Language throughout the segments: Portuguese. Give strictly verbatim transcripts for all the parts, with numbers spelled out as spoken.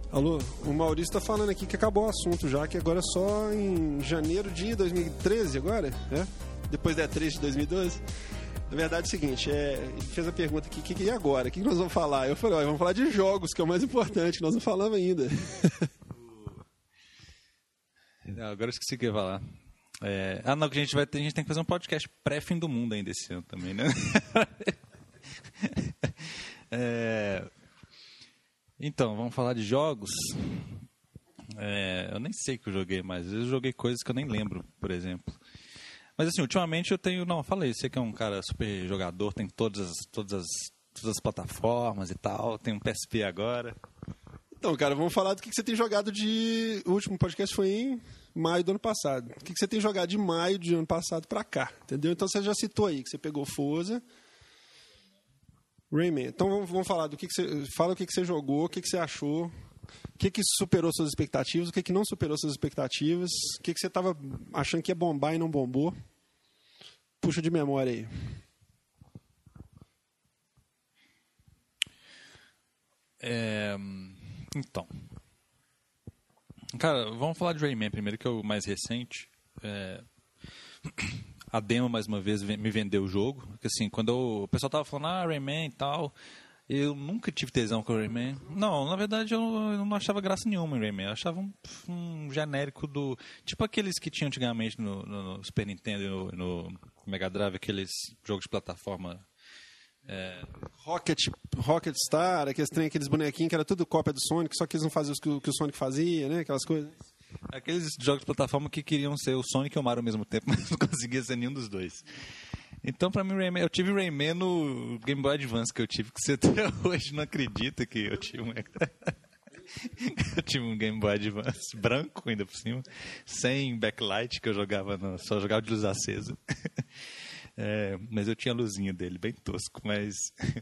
Alô, o Maurício está falando aqui que acabou o assunto já, que agora é só em janeiro de dois mil e treze agora, né? Depois da E três de dois mil e doze. Na verdade é o seguinte, é, ele fez a pergunta aqui, que, que, e agora? O que, que nós vamos falar? Eu falei, ó, vamos falar de jogos, que é o mais importante, nós não falamos ainda. Agora eu esqueci o que eu ia falar. É... Ah, não, que a gente vai ter, a gente tem que fazer um podcast pré-fim do mundo ainda esse ano também, né? é... Então, vamos falar de jogos. É... Eu nem sei o que eu joguei mais. Às vezes eu joguei coisas que eu nem lembro, por exemplo. Mas assim, ultimamente eu tenho... Não, eu falei, você que é um cara super jogador, tem todas as, todas as, todas as plataformas e tal, tem um P S P agora. Então, cara, vamos falar do que você tem jogado de... O último podcast foi em maio do ano passado. O que você tem jogado de maio do ano passado pra cá, entendeu? Então você já citou aí que você pegou Forza, Rayman. Então vamos falar do que, que você... Fala o que, que você jogou, o que, que você achou, o que, que superou suas expectativas, o que, que não superou suas expectativas, o que, que você estava achando que ia bombar e não bombou. Puxa de memória aí. É... Então, cara, vamos falar de Rayman primeiro, que é o mais recente. É... A demo, mais uma vez, me vendeu o jogo. Porque, assim, quando eu... o pessoal tava falando, ah, Rayman e tal, eu nunca tive tesão com o Rayman. Não, na verdade, eu não achava graça nenhuma em Rayman. Eu achava um, um genérico do... Tipo aqueles que tinham antigamente no, no, no Super Nintendo e no, no Mega Drive, aqueles jogos de plataforma... É... Rocket, Rocket Star, aqueles, trem, aqueles bonequinhos que era tudo cópia do Sonic, só que eles não faziam o que, que o Sonic fazia, né? Aquelas coisas. Aqueles jogos de plataforma que queriam ser o Sonic e o Mario ao mesmo tempo, mas não conseguia ser nenhum dos dois. Então, pra mim, Rayman, eu tive Rayman no Game Boy Advance que eu tive, que você até hoje não acredita que eu tive um... eu tive um Game Boy Advance branco, ainda por cima, sem backlight, que eu jogava, no... só jogava de luz acesa. É, mas eu tinha a luzinha dele, bem tosco, mas...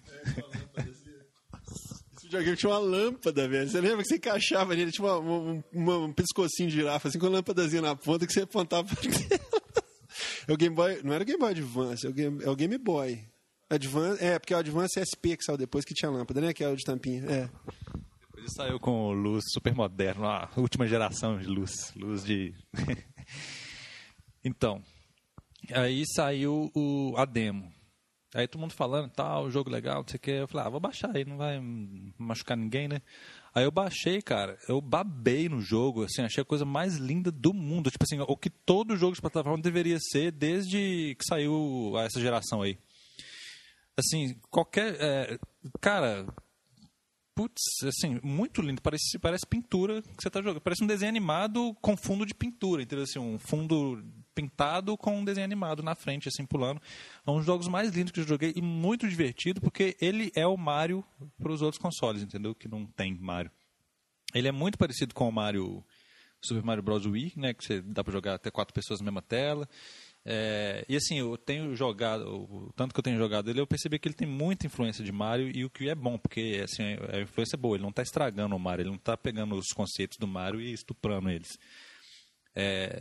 Esse videogame tinha uma lâmpada, velho. Você lembra que você encaixava nele, tinha uma, uma, uma, um pescocinho de girafa, assim, com uma lâmpadazinha na ponta, que você apontava pra é o Game Boy... Não era o Game Boy Advance, é o Game, é o Game Boy. Advance, é, porque é o Advance S P que saiu depois, que tinha lâmpada, né? Que é o de tampinha, é. Depois ele saiu com luz super moderno, a última geração de luz. Luz de... Então... Aí saiu o, a demo. Aí todo mundo falando, tal, jogo legal, não sei o que. Eu falei, ah, vou baixar aí, não vai machucar ninguém, né? Aí eu baixei, cara, eu babei no jogo, assim, achei a coisa mais linda do mundo. Tipo assim, o que todo jogo de plataforma deveria ser desde que saiu essa geração aí. Assim, qualquer... É, cara... Putz, assim, muito lindo. Parece, parece pintura que você está jogando. Parece um desenho animado com fundo de pintura, entendeu? Assim, um fundo pintado com um desenho animado na frente, assim, pulando. É um dos jogos mais lindos que eu joguei e muito divertido, porque ele é o Mario para os outros consoles, entendeu? Que não tem Mario. Ele é muito parecido com o Mario, Super Mario Bros. Wii, né? Que você dá para jogar até quatro pessoas na mesma tela. É, e assim, eu tenho jogado, o tanto que eu tenho jogado ele, eu percebi que ele tem muita influência de Mario, e o que é bom, porque assim, a influência é boa, ele não está estragando o Mario, ele não está pegando os conceitos do Mario e estuprando eles. É,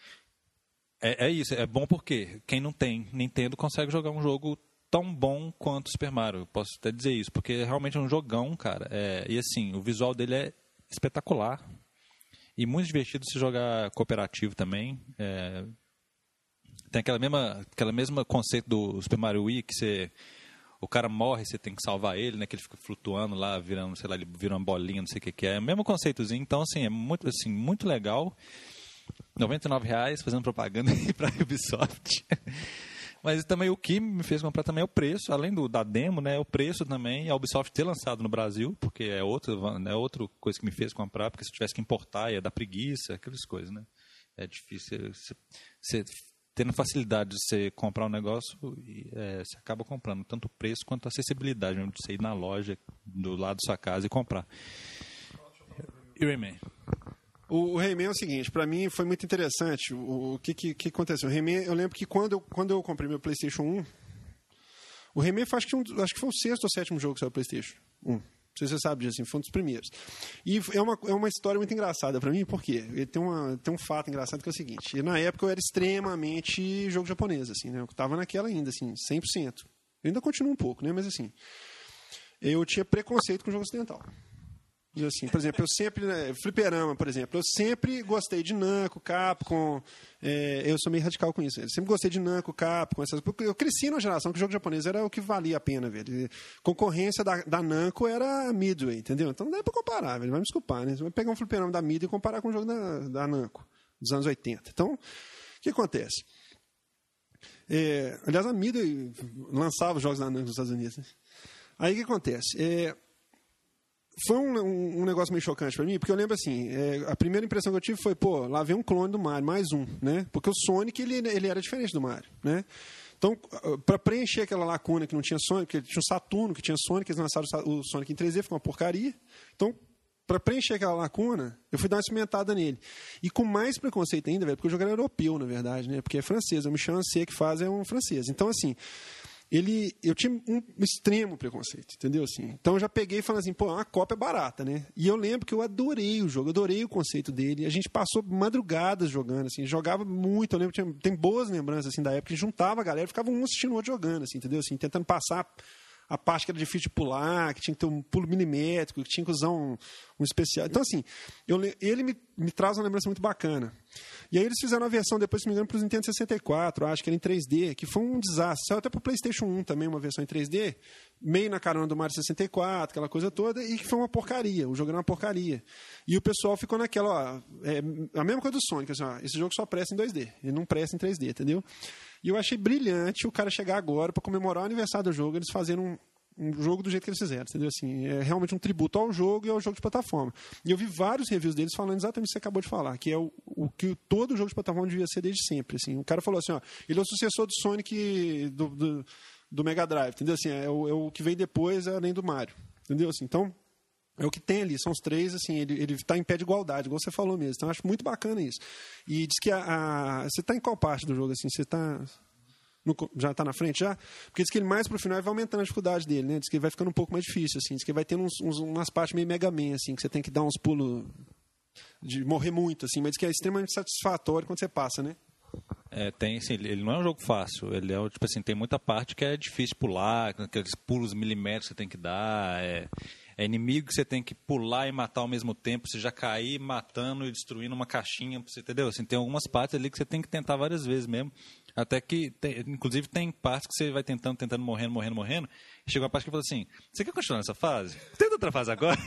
é, é isso, é bom porque quem não tem Nintendo consegue jogar um jogo tão bom quanto o Super Mario, eu posso até dizer isso, porque realmente é um jogão, cara. É, e assim, o visual dele é espetacular, e muito divertido se jogar cooperativo também. É, tem aquela mesma, aquela mesma conceito do Super Mario Wii, que você, o cara morre, você tem que salvar ele, né? Que ele fica flutuando lá, virando, sei lá, ele vira uma bolinha, não sei o que, que é. É o mesmo conceitozinho, então assim, é muito, assim, muito legal. noventa e nove reais fazendo propaganda para a Ubisoft. Mas também o que me fez comprar também é o preço, além do, da demo, né? O preço também, a Ubisoft ter lançado no Brasil, porque é outra, é outra coisa que me fez comprar, porque se eu tivesse que importar ia dar preguiça, aquelas coisas, né? É difícil você... você tendo facilidade de você comprar um negócio, é, você acaba comprando tanto o preço quanto a acessibilidade, mesmo de você ir na loja do lado da sua casa e comprar. E o Rayman? O, o Rayman é o seguinte, pra mim foi muito interessante. O, o que, que, que aconteceu? O Rayman, eu lembro que quando eu, quando eu comprei meu PlayStation um, o Rayman foi, acho, que um, acho que foi o sexto ou sétimo jogo que saiu o PlayStation um. Não sei se você sabe disso, assim, foi um dos primeiros. E é uma, é uma história muito engraçada pra mim, porque ele tem, uma, tem um fato engraçado que é o seguinte: na época eu era extremamente jogo japonês, assim, né? Eu tava naquela ainda, assim, cem por cento. Eu ainda continuo um pouco, né? Mas assim, eu tinha preconceito com o jogo ocidental. Assim, por exemplo, eu sempre, né, fliperama, por exemplo, eu sempre gostei de Namco, Capcom, é, eu sou meio radical com isso, eu sempre gostei de Namco, Capcom, essas, porque eu cresci numa geração que o jogo japonês era o que valia a pena, velho. Concorrência da, da Namco era Midway, entendeu? Então não dá pra comparar, velho, vai me desculpar, né? Você vai pegar um fliperama da Midway e comparar com o jogo da, da Namco, dos anos oitenta. Então, o que acontece? É, aliás, a Midway lançava os jogos da Namco nos Estados Unidos, né? Aí o que acontece? É, foi um, um, um negócio meio chocante para mim, porque eu lembro assim, é, a primeira impressão que eu tive foi, pô, lá vem um clone do Mario, mais um, né? Porque o Sonic, ele, ele era diferente do Mario, né? Então, para preencher aquela lacuna que não tinha Sonic, porque tinha o Saturno, que tinha Sonic, eles lançaram o Sonic em três D, ficou uma porcaria. Então, para preencher aquela lacuna, eu fui dar uma experimentada nele. E com mais preconceito ainda, velho, porque o jogo era europeu, na verdade, né? Porque é francês, o Michel Ancet que faz é um francês. Então, assim... Ele, eu tinha um extremo preconceito, entendeu? Assim, então eu já peguei e falei assim, pô, uma cópia barata, né? E eu lembro que eu adorei o jogo, adorei o conceito dele. A gente passou madrugadas jogando, assim, jogava muito. Eu lembro, tinha, tem boas lembranças assim, da época, que juntava a galera, ficava um assistindo o outro jogando, assim, entendeu? Assim, tentando passar a parte que era difícil de pular, que tinha que ter um pulo milimétrico, que tinha que usar um, um especial. Então, assim, eu, ele me, me traz uma lembrança muito bacana. E aí eles fizeram a versão, depois, se não me engano, para o Nintendo sessenta e quatro, acho que era em três D, que foi um desastre. Saiu até para o PlayStation um também, uma versão em três D, meio na carona do Mario sessenta e quatro, aquela coisa toda, e que foi uma porcaria. O jogo era uma porcaria. E o pessoal ficou naquela, ó, é, a mesma coisa do Sonic, assim, ó, esse jogo só presta em dois D, ele não presta em três D, entendeu? E eu achei brilhante o cara chegar agora, para comemorar o aniversário do jogo, eles fazerem um, um jogo do jeito que eles fizeram, entendeu? Assim, é realmente um tributo ao jogo e ao jogo de plataforma. E eu vi vários reviews deles falando exatamente o que você acabou de falar, que é o, o que todo jogo de plataforma devia ser desde sempre. Assim. O cara falou assim, ó, ele é o sucessor do Sonic do, do, do Mega Drive, entendeu? Assim, é, o, é o que vem depois, além do Mario, entendeu? Assim, então, é o que tem ali, são os três, assim, ele está em pé de igualdade, igual você falou mesmo. Então, eu acho muito bacana isso. E diz que a, a você está em qual parte do jogo? Assim, você está... No, já está na frente já? Porque diz que ele mais pro final vai aumentando a dificuldade dele, né? Diz que ele vai ficando um pouco mais difícil, assim. Diz que vai tendo uns, uns, umas partes meio Mega Man, assim, que você tem que dar uns pulos de morrer muito, assim. Mas diz que é extremamente satisfatório quando você passa, né? É, tem, assim, ele não é um jogo fácil. Ele é, tipo assim, tem muita parte que é difícil pular, aqueles pulos milimétricos que você tem que dar, é... É inimigo que você tem que pular e matar ao mesmo tempo, você já cair matando e destruindo uma caixinha, você entendeu? Assim, tem algumas partes ali que você tem que tentar várias vezes mesmo. Até que, tem, inclusive, tem partes que você vai tentando, tentando, morrendo, morrendo, morrendo. E chega uma parte que fala assim, você quer continuar nessa fase? Tenta outra fase agora.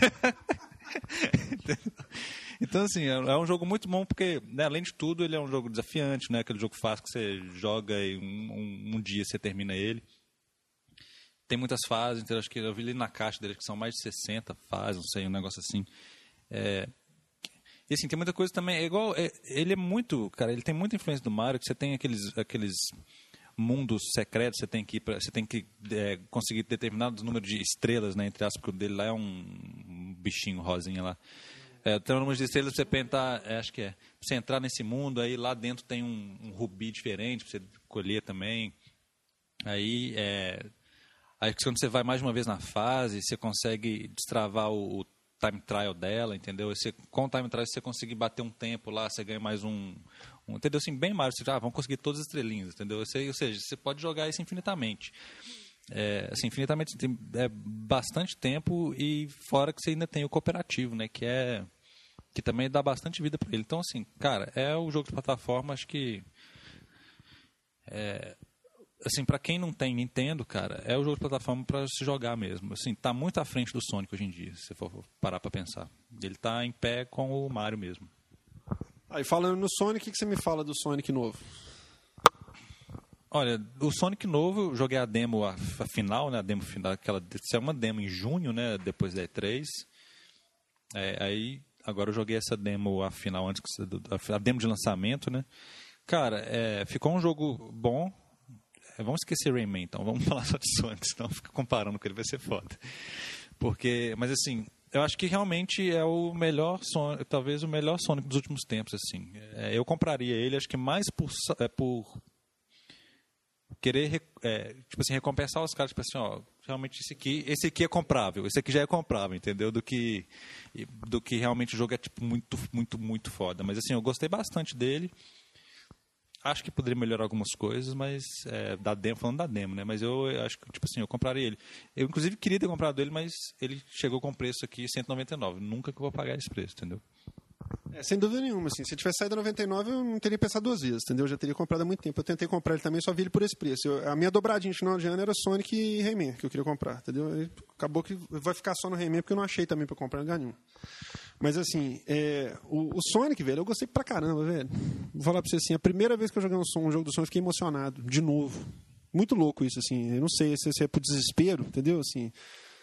Então, assim, é um jogo muito bom porque, né, além de tudo, ele é um jogo desafiante, né? Aquele jogo fácil que você joga e um, um, um dia você termina ele. Tem muitas fases, então acho que eu vi ali na caixa dele que são mais de sessenta fases, não sei, um negócio assim. É... E assim, tem muita coisa também, é igual, é, ele é muito, cara, ele tem muita influência do Mario, que você tem aqueles, aqueles mundos secretos, você tem que ir pra, você tem que é, conseguir determinado número de estrelas, né, entre aspas, porque o dele lá é um, um bichinho rosinha lá. É, tem um número de estrelas pra você tentar, é, acho que é, pra você entrar nesse mundo, aí lá dentro tem um, um rubi diferente pra você colher também. Aí, é... Aí quando você vai mais uma vez na fase, você consegue destravar o, o time trial dela, entendeu? Você, com o time trial, você conseguir bater um tempo lá, você ganha mais um... um entendeu? Assim, bem Mario, você já ah, vamos conseguir todas as estrelinhas, entendeu? Você, ou seja, você pode jogar isso infinitamente. É, assim, infinitamente, tem é, bastante tempo e fora que você ainda tem o cooperativo, né? Que, é, que também dá bastante vida para ele. Então, assim, cara, é o jogo de plataforma, acho que... É, assim, para quem não tem Nintendo, cara, é o jogo de plataforma para se jogar mesmo. Assim, tá muito à frente do Sonic hoje em dia, se você for parar para pensar. Ele tá em pé com o Mario mesmo. Aí, falando no Sonic, o que você me fala do Sonic novo? Olha, o Sonic novo, eu joguei a demo, a, a final, né, a demo final, aquela, isso é uma demo em junho, né, depois da E três. É, aí, agora eu joguei essa demo, a final, antes, a, a demo de lançamento, né. Cara, é, ficou um jogo bom. Vamos esquecer Rayman, então. Vamos falar só de Sonic, senão fica comparando com ele, vai ser foda. Porque, mas assim, eu acho que realmente é o melhor Sonic, talvez o melhor Sonic dos últimos tempos, assim. É, eu compraria ele, acho que mais por, é, por querer, é, tipo assim, recompensar os caras, tipo assim, ó, realmente esse aqui, esse aqui é comprável, esse aqui já é comprável, entendeu? Do que, do que realmente o jogo é, tipo, muito, muito, muito foda. Mas assim, eu gostei bastante dele. acho que poderia melhorar algumas coisas, mas é, da demo, falando da demo, né? Mas eu, eu acho que, tipo assim, eu compraria ele. Eu, inclusive, queria ter comprado ele, mas ele chegou com preço aqui cento e noventa e nove. Nunca que eu vou pagar esse preço, entendeu? É, sem dúvida nenhuma, assim. Se tivesse saído a noventa e nove, eu não teria pensado duas vezes, entendeu? Eu já teria comprado há muito tempo. Eu tentei comprar ele também, só vi ele por esse preço. Eu, a minha dobradinha de final de ano era Sonic e Rayman, que eu queria comprar, entendeu? Aí, acabou que vai ficar só no Rayman, porque eu não achei também pra comprar em lugar nenhum. Mas, assim, é, o, o Sonic, velho, eu gostei pra caramba, velho. Vou falar pra você assim, a primeira vez que eu joguei um, um jogo do Sonic, eu fiquei emocionado, de novo. Muito louco isso, assim. Eu não sei se, se é por desespero, entendeu? Assim...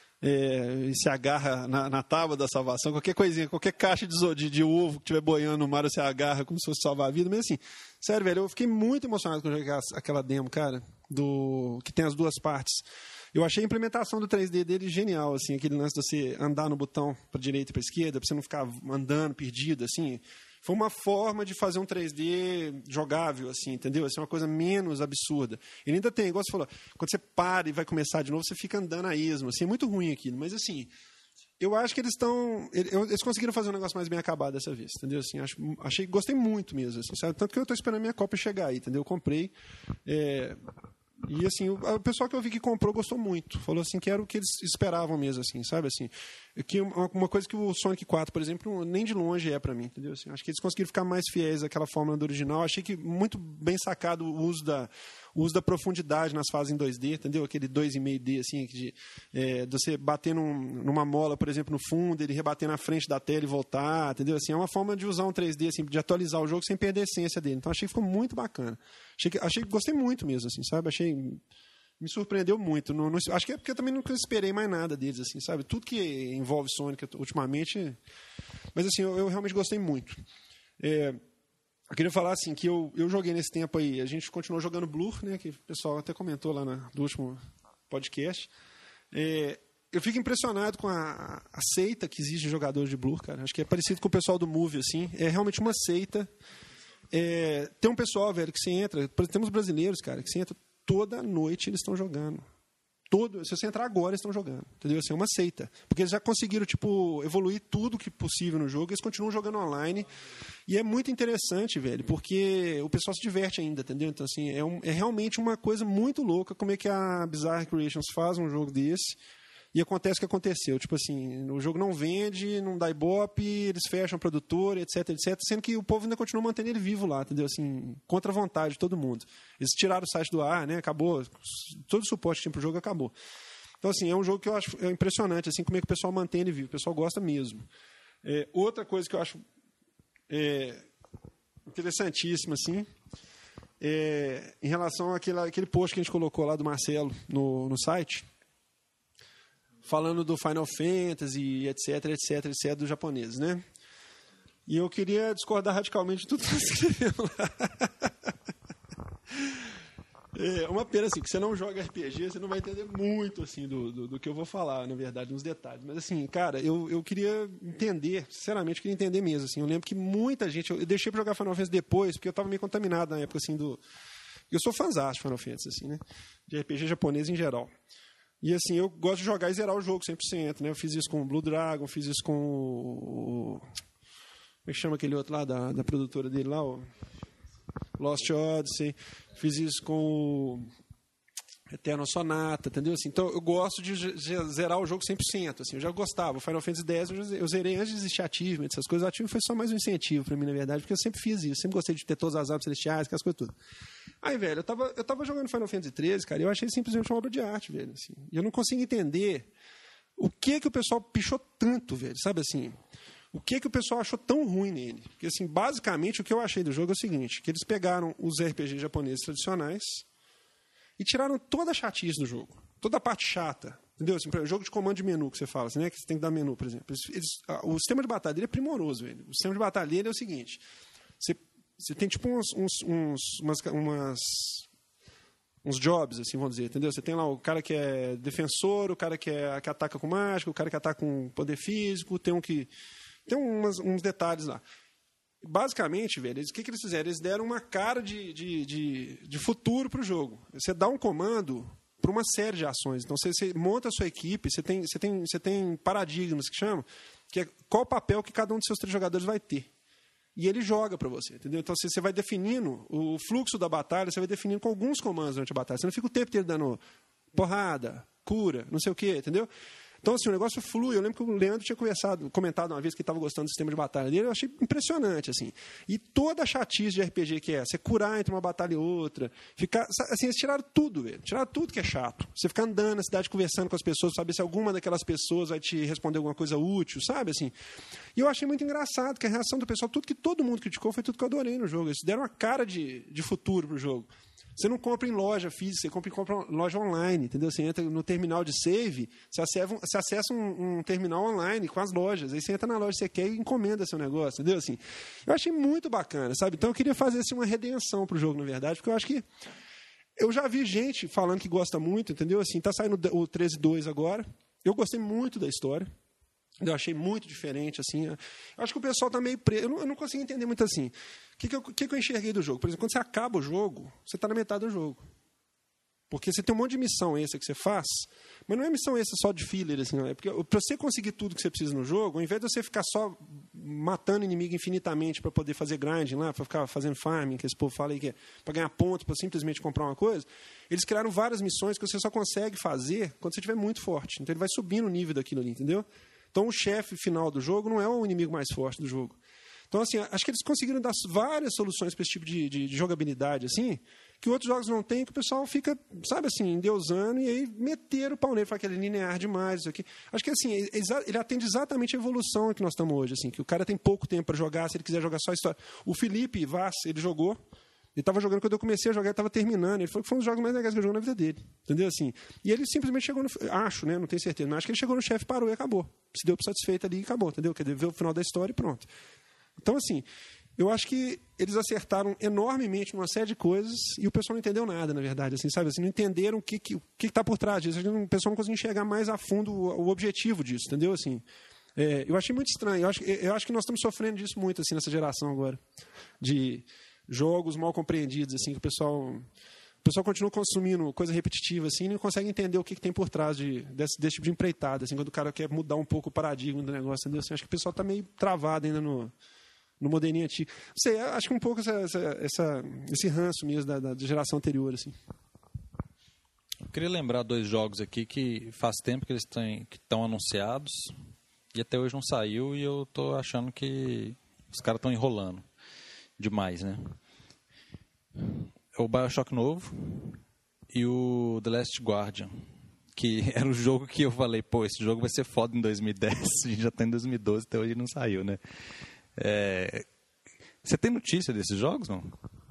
É, e se agarra na, na tábua da salvação, qualquer coisinha, qualquer caixa de, de, de ovo que estiver boiando no mar, você agarra como se fosse salvar a vida. Mas assim, sério, velho, eu fiquei muito emocionado quando eu joguei aquela demo, cara, do, que tem as duas partes. Eu achei a implementação do três D dele genial, assim, aquele lance de você andar no botão para direita e para esquerda, para você não ficar andando perdido, assim. Foi uma forma de fazer um três D jogável, assim, entendeu? Assim, uma coisa menos absurda. Ele ainda tem, igual você falou, quando você para e vai começar de novo, você fica andando a esmo, assim, é muito ruim aquilo. Mas, assim, eu acho que eles estão... Eles conseguiram fazer um negócio mais bem acabado dessa vez, entendeu? Assim, acho, achei, gostei muito mesmo, assim, sabe? Tanto que eu estou esperando a minha cópia chegar aí, entendeu? Eu comprei... É... E, assim, o pessoal que eu vi que comprou gostou muito. Falou, assim, que era o que eles esperavam mesmo, assim, sabe? Assim, que uma coisa que o Sonic quatro, por exemplo, nem de longe é pra mim, entendeu? Assim, acho que eles conseguiram ficar mais fiéis àquela fórmula do original. Achei que muito bem sacado o uso da, o uso da profundidade nas fases em dois D, entendeu? Aquele dois e meio D, assim, de, é, de você bater num, numa mola, por exemplo, no fundo, ele rebater na frente da tela e voltar, entendeu? Assim, é uma forma de usar um três D, assim, de atualizar o jogo sem perder a essência dele. Então, achei que ficou muito bacana. Achei que, achei, gostei muito mesmo, assim, sabe? Achei... Me surpreendeu muito. Não, não, acho que é porque eu também nunca esperei mais nada deles, assim, sabe? Tudo que envolve Sonic ultimamente... Mas, assim, eu, eu realmente gostei muito. É, eu queria falar, assim, que eu, eu joguei nesse tempo aí... A gente continuou jogando Blur, né? Que o pessoal até comentou lá na, no último podcast. É, eu fico impressionado com a, a seita que existe de jogadores de Blur, cara. Acho que é parecido com o pessoal do Move, assim. É realmente uma seita... É, tem um pessoal, velho, que você entra... Temos brasileiros, cara, que você entra... Toda noite eles estão jogando. Todo, se você entrar agora, eles estão jogando. Entendeu? Assim, é uma seita. Porque eles já conseguiram, tipo, evoluir tudo que possível no jogo. Eles continuam jogando online. E é muito interessante, velho, porque o pessoal se diverte ainda, entendeu? Então, assim, é, um, é realmente uma coisa muito louca como é que a Bizarre Creations faz um jogo desse. E acontece o que aconteceu. Tipo assim, o jogo não vende, não dá ibope, eles fecham a produtora, etc, etc. Sendo que o povo ainda continua mantendo ele vivo lá, entendeu? Assim, contra a vontade de todo mundo. Eles tiraram o site do ar, né? Acabou. Todo o suporte que tinha pro jogo acabou. Então, assim, é um jogo que eu acho é impressionante, assim, como é que o pessoal mantém ele vivo. O pessoal gosta mesmo. É, outra coisa que eu acho é, interessantíssima, assim, é, em relação àquele, àquele post que a gente colocou lá do Marcelo no, no site... falando do Final Fantasy, etc, etc, etc, dos japoneses, né? E eu queria discordar radicalmente de tudo que você escreveu lá. É uma pena, assim, que você não joga R P G, você não vai entender muito, assim, do, do, do que eu vou falar, na verdade, nos detalhes. Mas, assim, cara, eu, eu queria entender, sinceramente, eu queria entender mesmo, assim. Eu lembro que muita gente... Eu deixei pra jogar Final Fantasy depois, porque eu tava meio contaminado na época, assim, do... Eu sou fãzão de Final Fantasy, assim, né? De R P G japonês em geral. E, assim, eu gosto de jogar e zerar o jogo cem por cento, né? Eu fiz isso com o Blue Dragon, fiz isso com o... Como é que chama aquele outro lá, da, da produtora dele lá? O Lost Odyssey. Fiz isso com o Eterno Sonata, entendeu? Assim, então, eu gosto de zerar o jogo cem por cento, assim. Eu já gostava. O Final Fantasy dez eu zerei antes de existir achievement, essas coisas. O achievement foi só mais um incentivo pra mim, na verdade, porque eu sempre fiz isso. Sempre gostei de ter todas as árvores celestiais, aquelas coisas tudo. Aí, velho, eu tava, eu tava jogando Final Fantasy treze, cara, e eu achei simplesmente uma obra de arte, velho, assim. E eu não consigo entender o que que o pessoal pichou tanto, velho, sabe assim? O que que o pessoal achou tão ruim nele? Porque, assim, basicamente, o que eu achei do jogo é o seguinte, que eles pegaram os R P G japoneses tradicionais e tiraram toda a chatice do jogo, toda a parte chata, entendeu? Assim, o jogo de comando de menu que você fala, assim, né? Que você tem que dar menu, por exemplo. Eles, eles, o sistema de batalha dele é primoroso, velho. O sistema de batalha dele é o seguinte, você... Você tem tipo uns, uns, uns, umas, umas, uns jobs, assim, vamos dizer, entendeu? Você tem lá o cara que é defensor, o cara que, é, que ataca com mágica, o cara que ataca com poder físico, tem um que... Tem umas, uns detalhes lá. Basicamente, velho, eles, o que, que eles fizeram? Eles deram uma cara de, de, de, de futuro para o jogo. Você dá um comando para uma série de ações. Então, você, você monta a sua equipe, você tem, você, tem, você tem paradigmas que chamam, que é qual o papel que cada um dos seus três jogadores vai ter. e ele joga para você, entendeu? Então você vai definindo o fluxo da batalha, você vai definindo com alguns comandos durante a batalha. Você não fica o tempo inteiro dando porrada, cura, não sei o quê, entendeu? Então, assim, o negócio flui. Eu lembro que o Leandro tinha conversado, comentado uma vez que ele estava gostando do sistema de batalha dele. Eu achei impressionante, assim. E toda a chatice de R P G que é, você curar entre uma batalha e outra, ficar, assim, eles tiraram tudo, velho. Tiraram tudo que é chato. Você ficar andando na cidade, conversando com as pessoas, saber se alguma daquelas pessoas vai te responder alguma coisa útil, sabe, assim. E eu achei muito engraçado que a reação do pessoal, tudo que todo mundo criticou, foi tudo que eu adorei no jogo. Eles deram uma cara de, de futuro pro jogo. Você não compra em loja física, você compra em compra loja online, entendeu? Você entra no terminal de save, você acessa, um, você acessa um, um terminal online com as lojas. Aí você entra na loja que você quer e encomenda seu negócio, entendeu? Assim, eu achei muito bacana, sabe? Então eu queria fazer assim, uma redenção pro jogo, na verdade, porque eu acho que eu já vi gente falando que gosta muito, entendeu? Assim, tá saindo o treze dois agora. Eu gostei muito da história. Eu achei muito diferente, assim. Eu acho que o pessoal está meio preso. Eu não, eu não consigo entender muito assim. O que, que, eu, que, que eu enxerguei do jogo? Por exemplo, quando você acaba o jogo, você está na metade do jogo. Porque você tem um monte de missão extra que você faz, mas não é missão extra só de filler, assim, não. É porque para você conseguir tudo que você precisa no jogo, ao invés de você ficar só matando inimigo infinitamente para poder fazer grinding lá, para ficar fazendo farming, que esse povo fala aí que é para ganhar pontos, para simplesmente comprar uma coisa, eles criaram várias missões que você só consegue fazer quando você estiver muito forte. Então ele vai subindo o nível daquilo ali, entendeu? Então, o chefe final do jogo não é o inimigo mais forte do jogo. Então, assim, acho que eles conseguiram dar várias soluções para esse tipo de, de, de jogabilidade, assim, que outros jogos não têm, que o pessoal fica, sabe, assim, endeusando, e aí meter o pau nele, fala que ele é linear demais, isso aqui. Acho que, assim, ele atende exatamente a evolução que nós estamos hoje, assim, que o cara tem pouco tempo para jogar, se ele quiser jogar só a história. O Felipe Vaz, ele jogou, ele estava jogando, quando eu comecei a jogar, ele estava terminando. Ele falou que foi um dos jogos mais legais que ele jogou na vida dele. Entendeu? Assim, e ele simplesmente chegou no... Acho, né? Não tenho certeza. Mas acho que ele chegou no chefe, parou e acabou. Se deu por satisfeito ali e acabou. Entendeu? Quer dizer, viu o final da história e pronto. Então, assim, eu acho que eles acertaram enormemente numa série de coisas e o pessoal não entendeu nada, na verdade. Assim, sabe? Assim, não entenderam o que está que, que tá por trás disso. O pessoal não conseguiu enxergar mais a fundo o, o objetivo disso. Entendeu? Assim, é, eu achei muito estranho. Eu acho, eu acho que nós estamos sofrendo disso muito, assim, nessa geração agora. De... jogos mal compreendidos, assim, que o pessoal, o pessoal continua consumindo coisa repetitiva, assim, e não consegue entender o que, que tem por trás de, desse, desse tipo de empreitada, assim, quando o cara quer mudar um pouco o paradigma do negócio, entendeu? Assim, acho que o pessoal está meio travado ainda no, no moderninho antigo. Não sei, acho que um pouco essa, essa, essa, esse ranço mesmo da, da geração anterior, assim. Eu queria lembrar dois jogos aqui que faz tempo que eles têm, que estão anunciados e até hoje não saiu e eu tô achando que os caras estão enrolando demais, né? O BioShock novo e o The Last Guardian, que era o jogo que eu falei, pô, esse jogo vai ser foda em dois mil e dez, a gente já tá em dois mil e doze, até hoje não saiu, né? É... Você tem notícia desses jogos, não?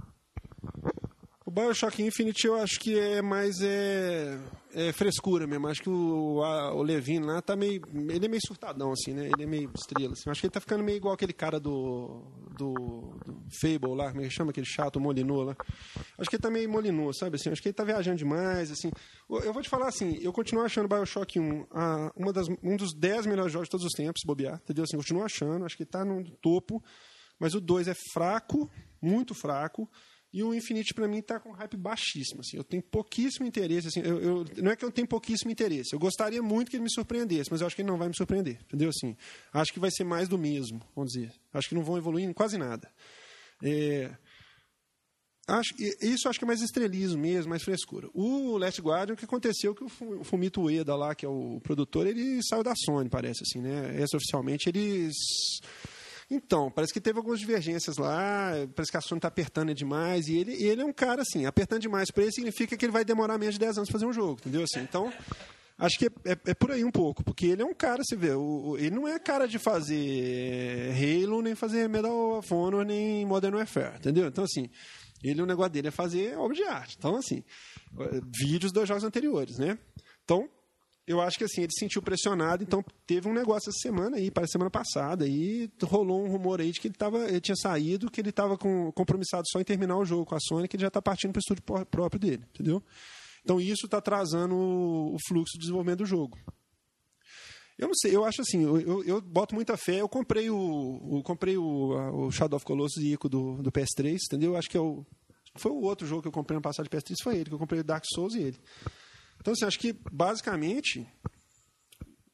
O BioShock Infinite eu acho que é mais é, é frescura mesmo. Acho que o, a, o Levine lá tá meio... Ele é meio surtadão, assim, né? Ele é meio estrela, assim. Acho que ele tá ficando meio igual aquele cara do, do, do Fable lá, como é que chama? Aquele chato, o Molinô lá. Acho que ele tá meio Molinô, sabe? Assim, acho que ele tá viajando demais, assim. Eu vou te falar assim, eu continuo achando o BioShock um a, uma das, um dos dez melhores jogos de todos os tempos, se bobear, entendeu? Assim, eu continuo achando, acho que tá no topo, mas o dois é fraco, muito fraco. E o Infinite, para mim, está com hype baixíssimo. Assim. Eu tenho pouquíssimo interesse. Assim, eu, eu, não é que eu tenho pouquíssimo interesse. Eu gostaria muito que ele me surpreendesse, mas eu acho que ele não vai me surpreender. Entendeu? Assim, acho que vai ser mais do mesmo, vamos dizer. Acho que não vão evoluir em quase nada. É, acho, isso acho que é mais estrelismo mesmo, mais frescura. O Last Guardian, o que aconteceu é que o Fumito Ueda, lá, que é o produtor, ele saiu da Sony, parece. Assim, né? Extraoficialmente, eles... Então, parece que teve algumas divergências lá, parece que a Sony está apertando demais, e ele, ele é um cara, assim, apertando demais para ele significa que ele vai demorar menos de dez anos para fazer um jogo, entendeu? Assim, então, acho que é, é, é por aí um pouco, porque ele é um cara, você vê, o, o, ele não é cara de fazer Halo, nem fazer Medal of Honor, nem Modern Warfare, entendeu? Então, assim, ele, o negócio dele é fazer obra de arte. Então, assim, vídeos dos jogos anteriores, né? Então, eu acho que assim, ele se sentiu pressionado, então teve um negócio essa semana aí, parece semana passada, e rolou um rumor aí de que ele, tava, ele tinha saído, que ele estava compromissado só em terminar o jogo com a Sony, que ele já está partindo para o estúdio próprio dele, entendeu? Então isso está atrasando o, o fluxo de desenvolvimento do jogo. Eu não sei, eu acho assim, eu, eu, eu boto muita fé, eu comprei o, o, comprei o, a, o Shadow of Colossus Ico do, do P S três, entendeu? Eu acho que é o, foi o outro jogo que eu comprei no passado de P S três, foi ele, que eu comprei o Dark Souls e ele. Então, assim, acho que, basicamente,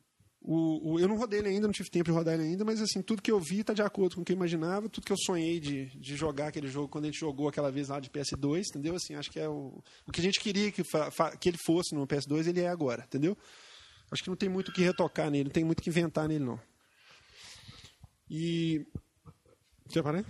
O, o, eu não rodei ele ainda, não tive tempo de rodar ele ainda, mas assim, tudo que eu vi está de acordo com o que eu imaginava, tudo que eu sonhei de, de jogar aquele jogo quando a gente jogou aquela vez lá de P S dois, entendeu? Assim, acho que é o, o que a gente queria que, fa, fa, que ele fosse no P S dois, ele é agora, entendeu? Acho que não tem muito o que retocar nele, não tem muito o que inventar nele, não. E... Já parei?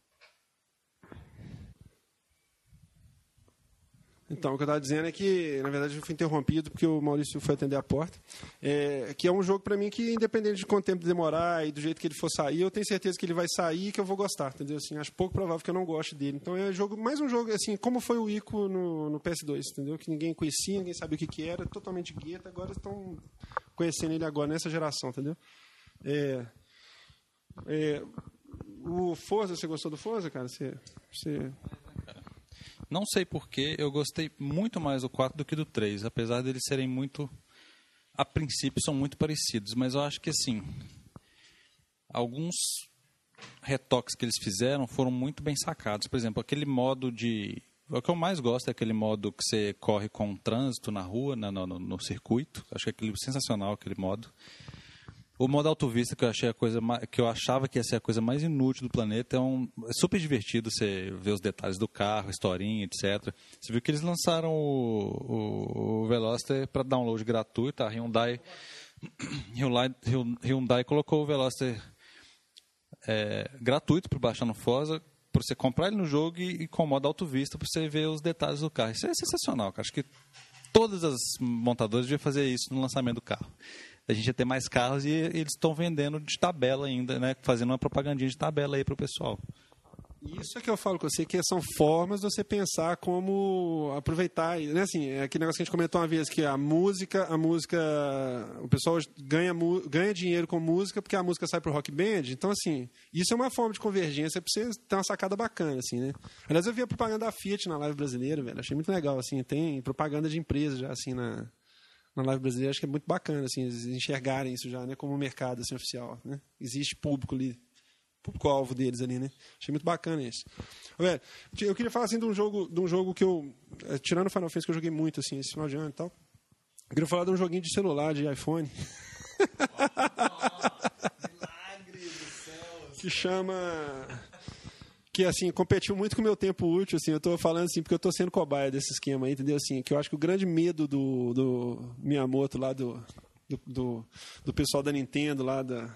Então, o que eu estava dizendo é que, na verdade, eu fui interrompido porque o Maurício foi atender a porta. É, que é um jogo, para mim, que, independente de quanto tempo demorar e do jeito que ele for sair, eu tenho certeza que ele vai sair e que eu vou gostar, entendeu? Assim, acho pouco provável que eu não goste dele. Então, é jogo, mais um jogo, assim, como foi o Ico no, no P S dois, entendeu? Que ninguém conhecia, ninguém sabia o que, que era, totalmente gueta, agora estão conhecendo ele agora, nessa geração, entendeu? É, é, o Forza, você gostou do Forza, cara? Você... você... Não sei porquê, eu gostei muito mais do quatro do que do três, apesar deles serem muito, a princípio, são muito parecidos, mas eu acho que, assim, alguns retoques que eles fizeram foram muito bem sacados. Por exemplo, aquele modo de... O que eu mais gosto é aquele modo que você corre com o trânsito na rua, na, no, no circuito. Acho que é aquele sensacional, aquele modo. O modo autovista, que eu achei a coisa mais, que eu achava que ia ser a coisa mais inútil do planeta, é, um, é super divertido você ver os detalhes do carro, historinha, etcétera. Você viu que eles lançaram o, o, o Veloster para download gratuito. A Hyundai, Hyundai, Hyundai colocou o Veloster é, gratuito para baixar no Forza, para você comprar ele no jogo e, e com o modo autovista para você ver os detalhes do carro. Isso é sensacional, cara. Acho que todas as montadoras deviam fazer isso no lançamento do carro. A gente ia ter mais carros e eles estão vendendo de tabela ainda, né? Fazendo uma propagandinha de tabela aí para o pessoal. Isso é que eu falo com você, que são formas de você pensar como aproveitar, né? Assim, é aquele negócio que a gente comentou uma vez, que a música, a música, o pessoal ganha, ganha dinheiro com música porque a música sai pro Rock Band. Então, assim, isso é uma forma de convergência para você ter uma sacada bacana, assim, né? Aliás, eu vi a propaganda da Fiat na live brasileira, velho, achei muito legal, assim, tem propaganda de empresa já, assim, na... na live brasileira, acho que é muito bacana, assim, eles enxergarem isso já, né, como um mercado, assim, oficial, né? Existe público ali, público-alvo deles ali, né? Achei muito bacana isso. Velho, eu queria falar, assim, de um jogo, de um jogo que eu, tirando o Final Fantasy, que eu joguei muito, assim, esse final de ano e tal, eu queria falar de um joguinho de celular, de iPhone. Milagre do céu. Que chama... que, assim, competiu muito com o meu tempo útil, assim, eu estou falando, assim, porque eu estou sendo cobaia desse esquema aí, entendeu? Assim, que eu acho que o grande medo do, do Miyamoto lá, do, do, do, do pessoal da Nintendo lá, da,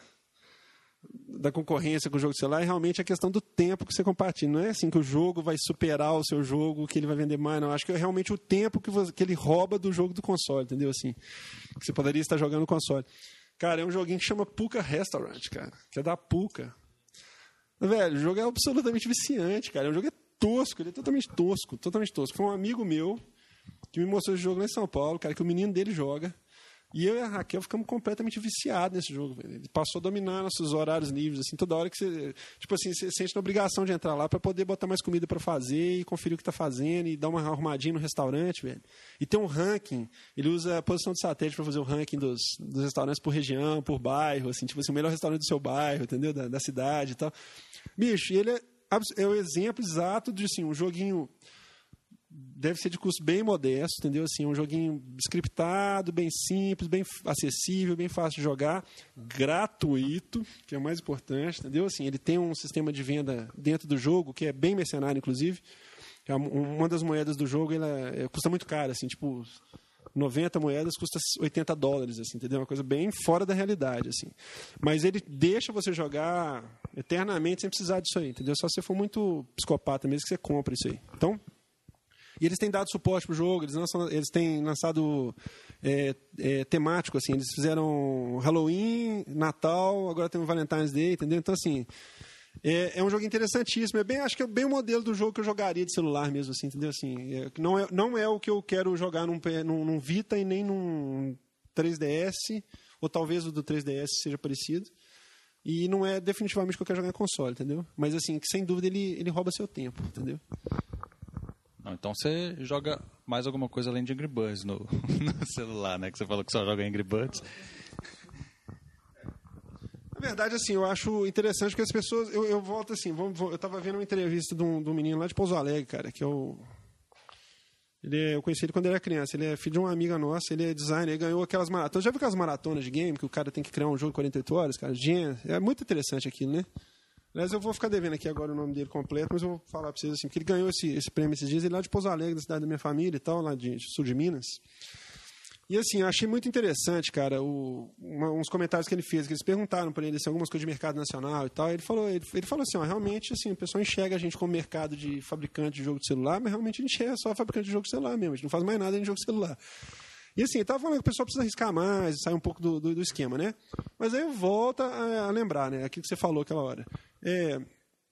da concorrência com o jogo de celular, é realmente a questão do tempo que você compartilha. Não é assim que o jogo vai superar o seu jogo, que ele vai vender mais, não. Eu acho que é realmente o tempo que, você, que ele rouba do jogo do console, entendeu? Assim, que você poderia estar jogando no console. Cara, é um joguinho que chama Puka Restaurant, cara, que é da Puka. Velho, o jogo é absolutamente viciante, cara. O jogo é tosco, ele é totalmente tosco, totalmente tosco. Foi um amigo meu que me mostrou esse jogo lá em São Paulo, cara, que o menino dele joga. E eu e a Raquel ficamos completamente viciados nesse jogo, velho. Ele passou a dominar nossos horários livres, assim, toda hora que você... Tipo assim, você sente na obrigação de entrar lá para poder botar mais comida para fazer e conferir o que tá fazendo e dar uma arrumadinha no restaurante, velho. E tem um ranking, ele usa a posição de satélite para fazer o ranking dos, dos restaurantes por região, por bairro, assim, tipo assim, o melhor restaurante do seu bairro, entendeu? Da, da cidade e tal. Bicho, ele é, é o exemplo exato de, assim, um joguinho... Deve ser de custo bem modesto, entendeu? Assim, um joguinho scriptado, bem simples, bem acessível, bem fácil de jogar, gratuito, que é o mais importante, entendeu? Assim, ele tem um sistema de venda dentro do jogo que é bem mercenário, inclusive. Uma das moedas do jogo ela é, custa muito caro, assim, tipo noventa moedas custa oitenta dólares, assim, entendeu? Uma coisa bem fora da realidade, assim. Mas ele deixa você jogar eternamente sem precisar disso aí, entendeu? Só se você for muito psicopata mesmo que você compra isso aí. Então, e eles têm dado suporte para o jogo, eles, lançam, eles têm lançado é, é, temático, assim, eles fizeram Halloween, Natal, agora tem o Valentine's Day, entendeu? Então, assim, é, é um jogo interessantíssimo, é bem, acho que é bem o modelo do jogo que eu jogaria de celular mesmo, assim, entendeu? Assim, é, não, é, não é o que eu quero jogar num, num, num Vita e nem num três D S, ou talvez o do três D S seja parecido, e não é definitivamente o que eu quero jogar em console, entendeu? Mas, assim, que sem dúvida ele, ele rouba seu tempo, entendeu? Não, então você joga mais alguma coisa além de Angry Birds no, no celular, né? Que você falou que só joga Angry Birds. Na verdade, assim, eu acho interessante que as pessoas... Eu, eu volto assim, vou, vou, eu estava vendo uma entrevista de um, de um menino lá de Pouso Alegre, cara, que é o... Ele é, eu conheci ele quando ele era criança. Ele é filho de uma amiga nossa, ele é designer, ele ganhou aquelas maratonas. Já viu aquelas maratonas de game, que o cara tem que criar um jogo em quarenta e oito horas, cara? Gen, é muito interessante aquilo, né? Aliás, eu vou ficar devendo aqui agora o nome dele completo, mas eu vou falar pra vocês assim, porque ele ganhou esse, esse prêmio esses dias, ele é lá de Pouso Alegre, da cidade da minha família e tal, lá de, de sul de Minas. E assim, eu achei muito interessante, cara, o, uma, uns comentários que ele fez, que eles perguntaram para ele assim, algumas coisas de mercado nacional e tal. E ele falou, ele, ele falou assim, ó, realmente assim, o pessoal enxerga a gente como mercado de fabricante de jogo de celular, mas realmente a gente é só fabricante de jogo de celular mesmo, a gente não faz mais nada em jogo de celular. E assim, ele estava falando que o pessoal precisa arriscar mais, sair um pouco do, do, do esquema, né? Mas aí eu volto a, a lembrar, né, aquilo que você falou aquela hora. É...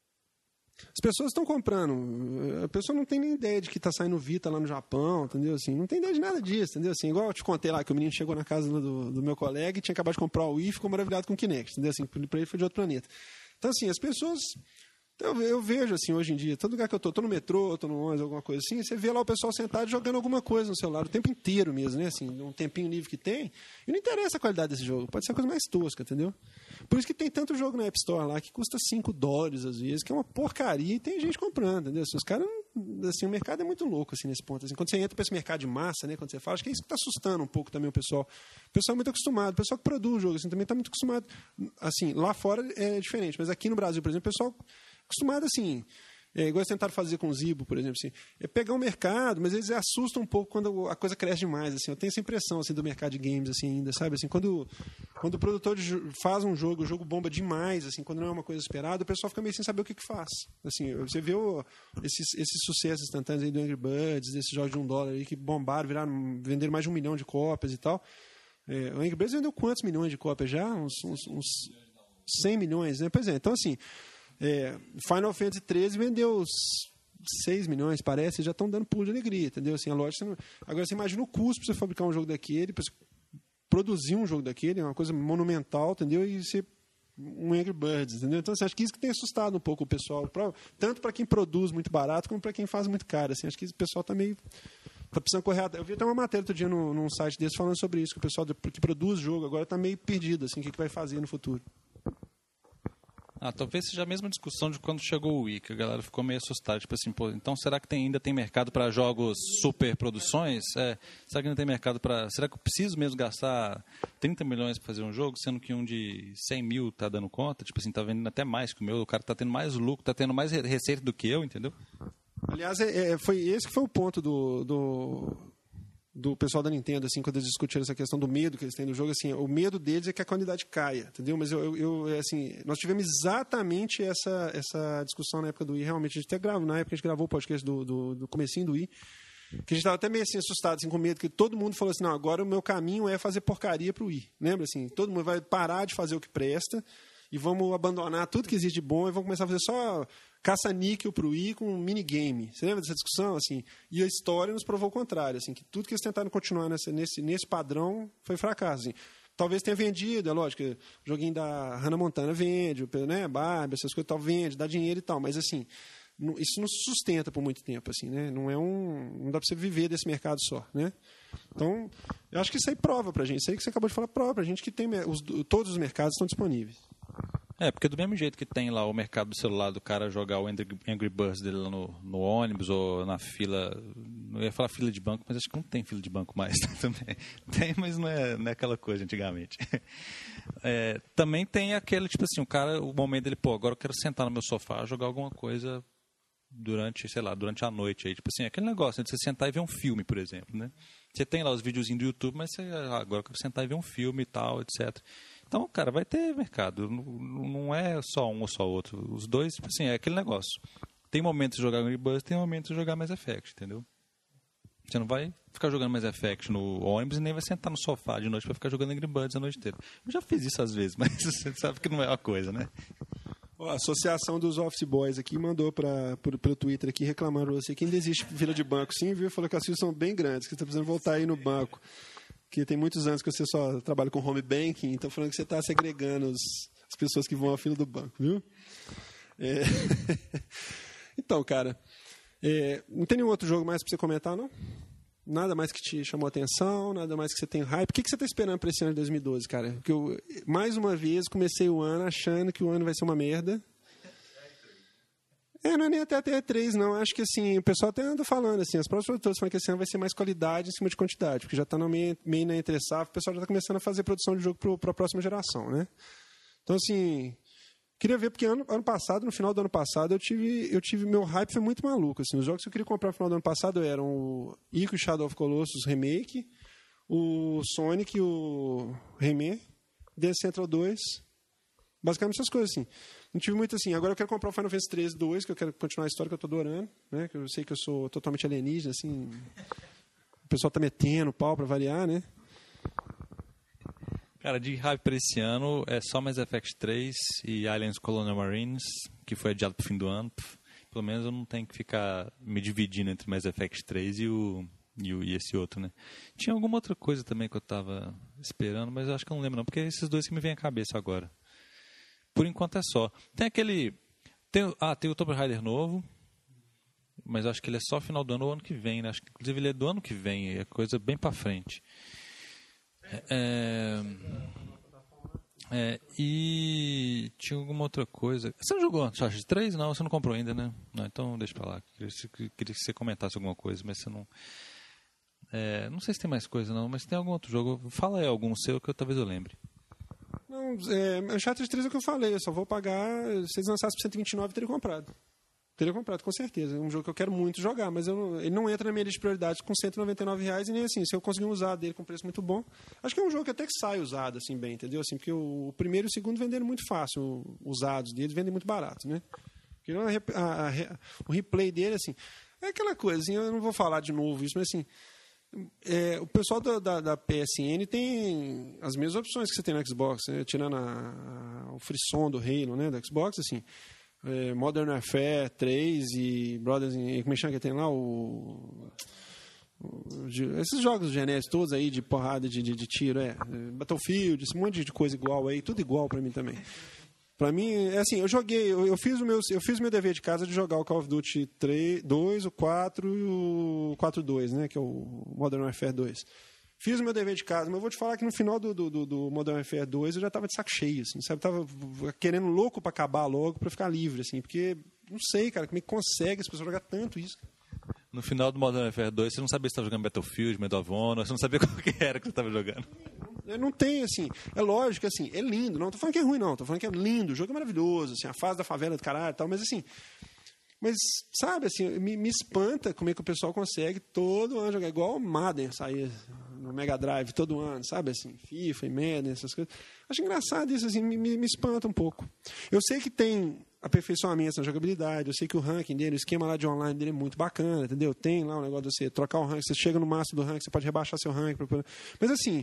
As pessoas estão comprando, a pessoa não tem nem ideia de que está saindo Vita lá no Japão, entendeu? Assim, não tem ideia de nada disso, entendeu? Assim, igual eu te contei lá, que o menino chegou na casa do, do meu colega e tinha acabado de comprar o Wii e ficou maravilhado com o Kinect, entendeu? Assim, para ele foi de outro planeta. Então, assim, as pessoas... Eu, eu vejo, assim, hoje em dia, todo lugar que eu estou, estou no metrô, estou no ônibus, alguma coisa assim, você vê lá o pessoal sentado jogando alguma coisa no celular o tempo inteiro mesmo, né? Assim, um tempinho livre que tem, e não interessa a qualidade desse jogo, pode ser a coisa mais tosca, entendeu? Por isso que tem tanto jogo na App Store lá que custa cinco dólares às vezes, que é uma porcaria e tem gente comprando, entendeu? Assim, os caras, assim, o mercado é muito louco assim, nesse ponto. Assim, quando você entra para esse mercado de massa, né, quando você fala, acho que é isso que está assustando um pouco também o pessoal. O pessoal é muito acostumado, o pessoal que produz o jogo assim, também está muito acostumado. Assim, lá fora é diferente, mas aqui no Brasil, por exemplo, o pessoal acostumado assim, é, igual eles tentaram fazer com o Zibo, por exemplo, assim, é pegar o mercado, mas eles assustam um pouco quando a coisa cresce demais, assim, eu tenho essa impressão assim, do mercado de games assim, ainda, sabe, assim, quando, quando o produtor de, faz um jogo, o jogo bomba demais, assim, quando não é uma coisa esperada, o pessoal fica meio sem saber o que que faz, assim, você vê o, esses, esses sucessos instantâneos aí do Angry Birds, esses jogos de um dólar aí que bombaram, viraram, venderam mais de um milhão de cópias e tal, é, o Angry Birds vendeu quantos milhões de cópias já? Uns, uns, uns cem milhões, né, pois é, então assim, É, Final Fantasy treze vendeu seis milhões, parece, e já estão dando pulo de alegria, entendeu? Assim, a loja, você não... Agora você imagina o custo para você fabricar um jogo daquele, para você produzir um jogo daquele, é uma coisa monumental, entendeu? E você um Angry Birds, entendeu? Então, assim, acho que isso que tem assustado um pouco o pessoal, pra... tanto para quem produz muito barato, como para quem faz muito caro, assim, acho que o pessoal está meio... Tá precisando correr atrás. Eu vi até uma matéria outro dia no, num site desse falando sobre isso, que o pessoal que produz jogo agora está meio perdido, assim, o que, que vai fazer no futuro. Ah, talvez seja a mesma discussão de quando chegou o Wii, que a galera ficou meio assustada. Tipo assim, pô, então será que tem, ainda tem mercado para jogos super produções? É, será que ainda tem mercado para... Será que eu preciso mesmo gastar trinta milhões para fazer um jogo, sendo que um de cem mil tá dando conta? Tipo assim, tá vendendo até mais que o meu, o cara tá tendo mais lucro, tá tendo mais receita do que eu, entendeu? Aliás, é, é, foi esse que foi o ponto do... do... do pessoal da Nintendo, assim, quando eles discutiram essa questão do medo que eles têm do jogo, assim, o medo deles é que a qualidade caia, entendeu? Mas eu, eu, eu assim, nós tivemos exatamente essa, essa discussão na época do Wii, realmente, a gente até gravou, na época a gente gravou o podcast do, do, do comecinho do Wii, que a gente estava até meio assim, assustado, assim, com medo, que todo mundo falou assim, não, agora o meu caminho é fazer porcaria pro Wii, lembra, assim, todo mundo vai parar de fazer o que presta e vamos abandonar tudo que existe de bom e vamos começar a fazer só caça-níquel para o Wii com um minigame. Você lembra dessa discussão? Assim? E a história nos provou o contrário. Assim, que tudo que eles tentaram continuar nessa, nesse, nesse padrão foi fracasso. Assim. Talvez tenha vendido, é lógico, o joguinho da Hannah Montana vende, né, Barbie, essas coisas tal, vende, dá dinheiro e tal, mas assim, não, isso não se sustenta por muito tempo. Assim, né? Não, é um, não dá para você viver desse mercado só. Né? Então, eu acho que isso aí prova para a gente. Isso aí que você acabou de falar prova para a gente que tem, os, todos os mercados estão disponíveis. É, porque do mesmo jeito que tem lá o mercado do celular do cara jogar o Angry Birds dele lá no, no ônibus ou na fila, não ia falar fila de banco, mas acho que não tem fila de banco mais também. Tem, mas não é, não é aquela coisa antigamente. É, também tem aquele, tipo assim, o cara, o momento dele, pô, agora eu quero sentar no meu sofá jogar alguma coisa durante, sei lá, durante a noite aí. Tipo assim, aquele negócio de você sentar e ver um filme, por exemplo, né? Você tem lá os videozinhos do YouTube, mas você, ah, agora eu quero sentar e ver um filme e tal, etcétera. Então, cara, vai ter mercado. Não, não é só um ou só outro. Os dois, tipo assim, é aquele negócio. Tem momentos de jogar Angry Birds, tem momentos de jogar Mass Effect, entendeu? Você não vai ficar jogando Mass Effect no ônibus e nem vai sentar no sofá de noite para ficar jogando Angry Birds a noite inteira. Eu já fiz isso às vezes, mas você sabe que não é uma coisa, né? A Associação dos Office Boys aqui mandou para pelo Twitter aqui reclamando você que ainda existe fila de banco. Sim, viu? Falou que as filas são bem grandes, que você está precisando voltar aí no banco. Que tem muitos anos que você só trabalha com home banking, então falando que você está segregando os, as pessoas que vão à fila do banco, viu? É... Então, cara, é... não tem nenhum outro jogo mais para você comentar, não? Nada mais que te chamou a atenção, nada mais que você tem hype. O que, que você está esperando para esse ano de dois mil e doze, cara? Porque eu, mais uma vez, comecei o ano achando que o ano vai ser uma merda. É, não é nem até até três, não. Acho que assim, o pessoal até anda falando, assim, as próprias produtoras falam que esse ano vai ser mais qualidade em cima de quantidade, porque já está meio, meio na entre safra, o pessoal já está começando a fazer produção de jogo para a próxima geração, né? Então, assim, queria ver, porque ano, ano passado, no final do ano passado, eu tive, eu tive, meu hype foi muito maluco, assim, os jogos que eu queria comprar no final do ano passado eram o Ico e Shadow of Colossus Remake, o Sonic e o Rayman, Dance Central dois, basicamente essas coisas, assim. Não tive muito assim. Agora eu quero comprar o Final Fantasy treze dois, que eu quero continuar a história que eu estou adorando, né? Que eu sei que eu sou totalmente alienígena, assim. O pessoal tá metendo pau para variar, né? Cara, de hype para esse ano é só Mass Effect três e Aliens Colonial Marines, que foi adiado pro fim do ano. Pelo menos eu não tenho que ficar me dividindo entre Mass Effect três e o e, o, e esse outro, né? Tinha alguma outra coisa também que eu tava esperando, mas eu acho que eu não lembro não, porque é esses dois que me vêm à cabeça agora. Por enquanto é só. Tem aquele... Tem, ah, tem o Tomb Raider novo, mas acho que ele é só final do ano ou ano que vem, né? Acho que, inclusive, ele é do ano que vem, é coisa bem pra frente. É, é, e tinha alguma outra coisa... Você não jogou Uncharted três? Não, você não comprou ainda, né? Não, então deixa pra lá. Queria, queria que você comentasse alguma coisa, mas você não... É, não sei se tem mais coisa, não, mas tem algum outro jogo. Fala aí algum seu que eu, talvez eu lembre. Não, é, Uncharted três é o que eu falei, eu só vou pagar, se eles lançassem por cento e vinte e nove, eu teria comprado. Teria comprado, com certeza. É um jogo que eu quero muito jogar, mas eu não, ele não entra na minha lista de prioridades com cento e noventa e nove reais e nem assim, se eu conseguir usar dele com preço muito bom. Acho que é um jogo que até que sai usado, assim, bem, entendeu? Assim, porque o, o primeiro e o segundo venderam muito fácil, usados deles vendem muito barato, né? Porque a, a, a, o replay dele, assim, é aquela coisa, assim, eu não vou falar de novo isso, mas assim... É, o pessoal da, da, da P S N tem as mesmas opções que você tem no Xbox, né? Tirando a, a, o frisson do Halo, né, do Xbox, assim, é, Modern Warfare três e Brothers, e como é que chama que tem lá o, o de, esses jogos genéricos todos aí de porrada, de, de, de tiro, é, Battlefield, esse monte de coisa igual aí, tudo igual pra mim também. Pra mim, é assim, eu joguei, eu, eu, fiz o meu, eu fiz o meu dever de casa de jogar o Call of Duty três, dois, o quatro e o quatro dois, né, que é o Modern Warfare dois. Fiz o meu dever de casa, mas eu vou te falar que no final do, do, do Modern Warfare dois eu já tava de saco cheio, assim, sabe? Tava querendo louco pra acabar logo, pra ficar livre, assim, porque, não sei, cara, como é que consegue as pessoas jogar tanto isso? No final do Modern Warfare dois, você não sabia se estava jogando Battlefield, Medal of Honor, você não sabia qual que era que você estava jogando. Não tem, assim, é lógico, assim, é lindo, não tô falando que é ruim, não, tô falando que é lindo, o jogo é maravilhoso, assim, a fase da favela do caralho e tal, mas assim, mas, sabe, assim, me, me espanta como é que o pessoal consegue todo ano jogar, igual o Madden sair no Mega Drive todo ano, sabe, assim, FIFA e Madden, essas coisas. Acho engraçado isso, assim, me, me espanta um pouco. Eu sei que tem aperfeiçoamentos na jogabilidade, eu sei que o ranking dele, o esquema lá de online dele é muito bacana, entendeu? Tem lá um negócio de você trocar o ranking, você chega no máximo do ranking, você pode rebaixar seu ranking, mas assim...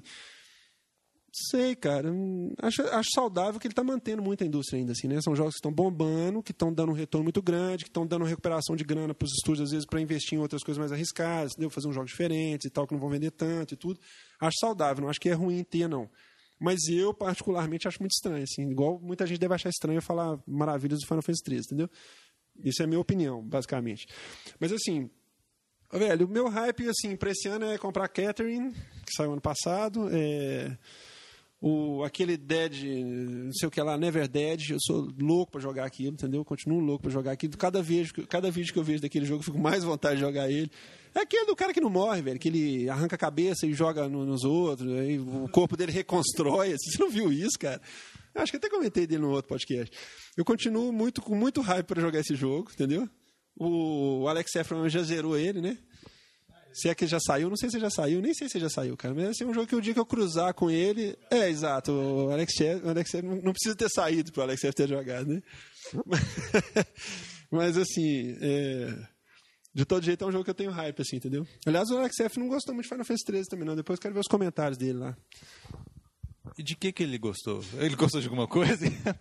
Sei, cara. Acho, acho saudável que ele está mantendo muito a indústria ainda, assim, né? São jogos que estão bombando, que estão dando um retorno muito grande, que estão dando recuperação de grana para os estúdios, às vezes, para investir em outras coisas mais arriscadas, entendeu? Fazer uns jogos diferentes e tal, que não vão vender tanto e tudo. Acho saudável, não acho que é ruim ter, não. Mas eu, particularmente, acho muito estranho, assim. Igual muita gente deve achar estranho falar maravilhas do Final Fantasy treze, entendeu? Isso é a minha opinião, basicamente. Mas, assim... Velho, o meu hype, assim, para esse ano é comprar Catherine, que saiu ano passado, é... O, aquele Dead, não sei o que lá, Never Dead, eu sou louco pra jogar aquilo, entendeu? Eu continuo louco pra jogar aquilo. Cada, vez, cada vídeo que eu vejo daquele jogo, eu fico mais vontade de jogar ele. É aquele do cara que não morre, velho, que ele arranca a cabeça e joga no, nos outros, aí o corpo dele reconstrói. Assim, você não viu isso, cara? Acho que até comentei dele no outro podcast. Eu continuo muito, com muito hype pra jogar esse jogo, entendeu? O Alex Efron já zerou ele, né? Se é que já saiu, não sei se já saiu, nem sei se já saiu, cara. Mas assim, é um jogo que o dia que eu cruzar com ele... É, exato, o Alex Chef, o Alex Chef não precisa ter saído para o Alex Chef ter jogado, né? Mas assim, é... de todo jeito é um jogo que eu tenho hype, assim, entendeu? Aliás, o Alex Chef não gostou muito de Final Fantasy treze também, não. Depois eu quero ver os comentários dele lá. E de que que ele gostou? Ele gostou de alguma coisa?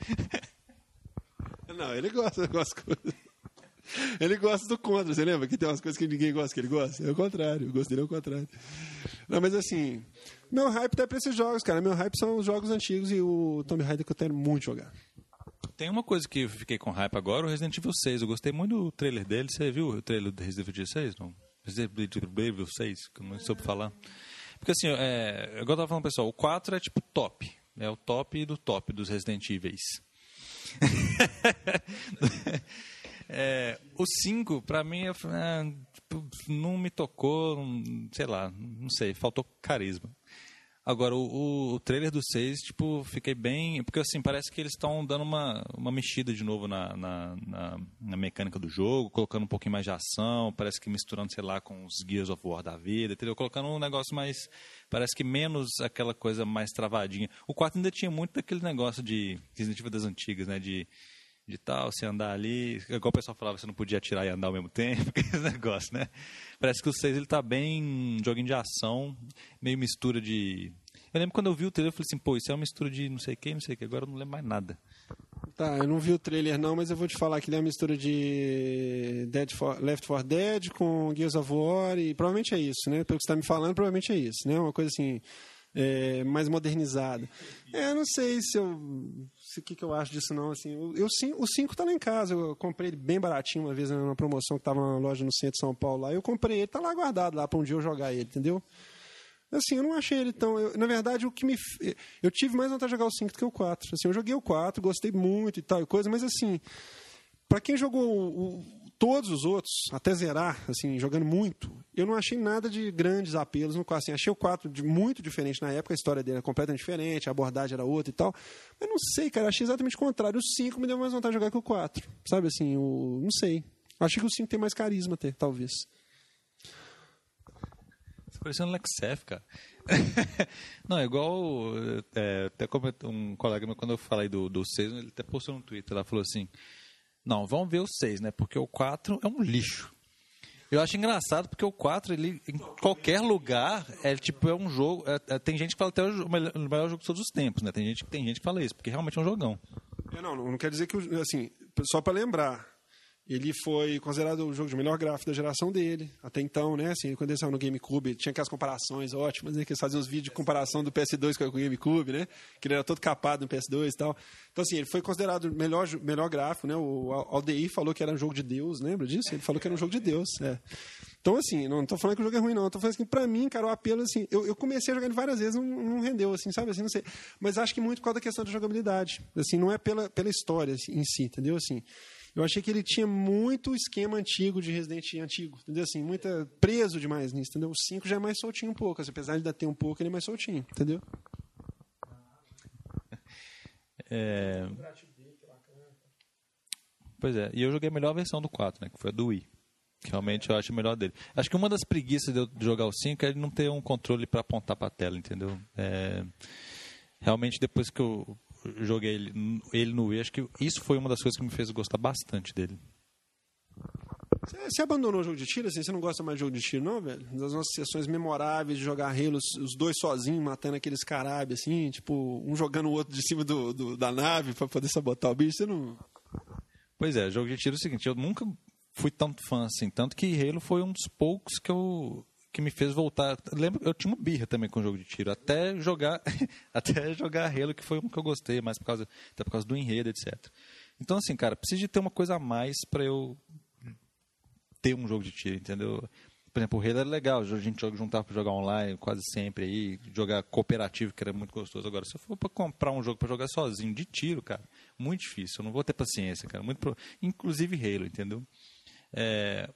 Não, ele gosta de algumas coisas. Ele gosta do contra, você lembra? Que tem umas coisas que ninguém gosta que ele gosta? É o contrário, eu gosto dele é o contrário. Não, mas assim, meu hype tá pra esses jogos, cara. Meu hype são os jogos antigos e o Tomb Raider que eu quero muito jogar. Tem uma coisa que eu fiquei com hype agora, o Resident Evil seis. Eu gostei muito do trailer dele. Você viu o trailer do Resident Evil seis? Não? Resident Evil seis, que eu não soube falar. Porque assim, é, igual eu tava falando, pessoal, o quatro é tipo top. É o top do top dos Resident Evils. É, o cinco, pra mim, eu, é, tipo, não me tocou, não- sei lá, não sei, faltou carisma. Agora, o, o trailer do seis, tipo, fiquei bem... Porque, assim, parece que eles estão dando uma, uma mexida de novo na, na, na, na mecânica do jogo, colocando um pouquinho mais de ação, parece que misturando, sei lá, com os Gears of War da vida, entendeu? Colocando um negócio mais... Parece que menos aquela coisa mais travadinha. O quatro ainda tinha muito daquele negócio de Resident Evil das antigas, né? De, de tal, você andar ali... Igual o pessoal falava, você não podia atirar e andar ao mesmo tempo, aquele negócio, né? Parece que o seis, ele tá bem joguinho de ação, meio mistura de... Eu lembro quando eu vi o trailer, eu falei assim, pô, isso é uma mistura de não sei quem, não sei o que, agora eu não lembro mais nada. Tá, eu não vi o trailer não, mas eu vou te falar que ele é uma mistura de Dead for, Left four Dead com Gears of War e provavelmente é isso, né? Pelo que você está me falando, provavelmente é isso, né? Uma coisa assim, é, mais modernizada. É, eu não sei se eu... O que, que eu acho disso não, assim. Eu, eu, o cinco tá lá em casa, eu comprei ele bem baratinho uma vez numa promoção que tava na loja no centro de São Paulo lá, eu comprei ele, tá lá guardado lá para um dia eu jogar ele, entendeu? Assim, eu não achei ele tão... Eu, na verdade, o que me... Eu tive mais vontade de jogar o cinco do que o quatro. Assim, eu joguei o quatro, gostei muito e tal e coisa, mas assim, pra quem jogou o, o, todos os outros, até zerar, assim, jogando muito, eu não achei nada de grandes apelos no quatro. Assim, achei o quatro de, muito diferente na época, a história dele era completamente diferente, a abordagem era outra e tal. Mas não sei, cara, achei exatamente o contrário. O cinco me deu mais vontade de jogar que o quatro. Sabe, assim, o... não sei. Achei que o cinco tem mais carisma até, talvez. Parecendo Lexef, cara. Não, é igual... É, até comentou um colega meu, quando eu falei do, do seis, ele até postou no Twitter, ela falou assim, não, vamos ver o seis, né? Porque o quatro é um lixo. Eu acho engraçado porque o quatro, ele, em qualquer lugar, é tipo, é um jogo... É, é, tem gente que fala até o melhor, o melhor jogo de todos os tempos, né? Tem gente, tem gente que fala isso, porque realmente é um jogão. É, não, não quer dizer que... Assim, só para lembrar... Ele foi considerado o jogo de melhor gráfico da geração dele, até então, né? Assim, quando ele saiu no GameCube, tinha aquelas comparações ótimas, né? Que eles faziam uns vídeos de comparação do P S dois com o GameCube, né? Que ele era todo capado no P S dois e tal. Então, assim, ele foi considerado o melhor, melhor gráfico, né? O Aldeir falou que era um jogo de Deus, lembra disso? Ele falou que era um jogo de Deus, é. Então, assim, não estou falando que o jogo é ruim, não. Estou falando assim, pra mim, cara, o apelo, assim... Eu, eu comecei a jogar ele várias vezes, não, não rendeu, assim, sabe? Assim, não sei. Mas acho que muito por causa da questão da jogabilidade. Assim, não é pela, pela história assim, em si, entendeu? Assim... Eu achei que ele tinha muito esquema antigo de Resident Evil antigo, entendeu? Assim, muita preso demais nisso, entendeu? O cinco já é mais soltinho um pouco, assim, apesar de ainda ter um pouco, ele é mais soltinho, entendeu? É... Pois é, e eu joguei a melhor versão do quatro, né? Que foi a do Wii. Que realmente eu acho a melhor dele. Acho que uma das preguiças de eu jogar o cinco é ele não ter um controle para apontar para a tela, entendeu? É... Realmente, depois que eu joguei ele, ele no Wii, acho que isso foi uma das coisas que me fez gostar bastante dele. Você, você abandonou o jogo de tiro, assim? Você não gosta mais de jogo de tiro, não, velho? Das nossas sessões memoráveis de jogar Halo, os dois sozinhos, matando aqueles carabes, assim, tipo, um jogando o outro de cima do, do, da nave pra poder sabotar o bicho, você não... Pois é, jogo de tiro é o seguinte, eu nunca fui tanto fã assim, tanto que Halo foi um dos poucos que eu... que me fez voltar. Lembro, eu tinha uma birra também com jogo de tiro, até jogar, até jogar Halo, que foi um que eu gostei, mais por causa, até por causa do enredo, etcétera. Então, assim, cara, preciso de ter uma coisa a mais para eu ter um jogo de tiro, entendeu? Por exemplo, o Halo era legal, a gente juntava para jogar online quase sempre aí, jogar cooperativo, que era muito gostoso. Agora, se eu for para comprar um jogo para jogar sozinho de tiro, cara, muito difícil, eu não vou ter paciência, cara, muito pro... inclusive Halo, entendeu? É...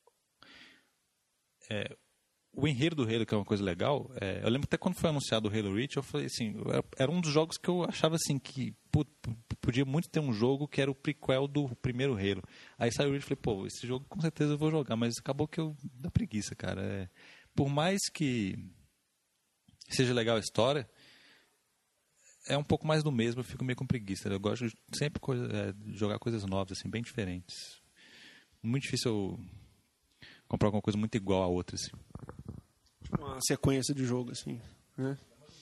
É... O enredo do Halo, que é uma coisa legal, é, eu lembro até quando foi anunciado o Halo Reach, eu falei assim, era um dos jogos que eu achava assim que pô, podia muito ter um jogo que era o prequel do primeiro Halo. Aí saiu o Reach e falei, pô, esse jogo com certeza eu vou jogar, mas acabou que eu dá preguiça, cara. É, por mais que seja legal a história, é um pouco mais do mesmo, eu fico meio com preguiça. Eu gosto de sempre coisa, é, jogar coisas novas, assim, bem diferentes. Muito difícil eu comprar alguma coisa muito igual a outra, assim. Uma sequência de jogo, assim, né?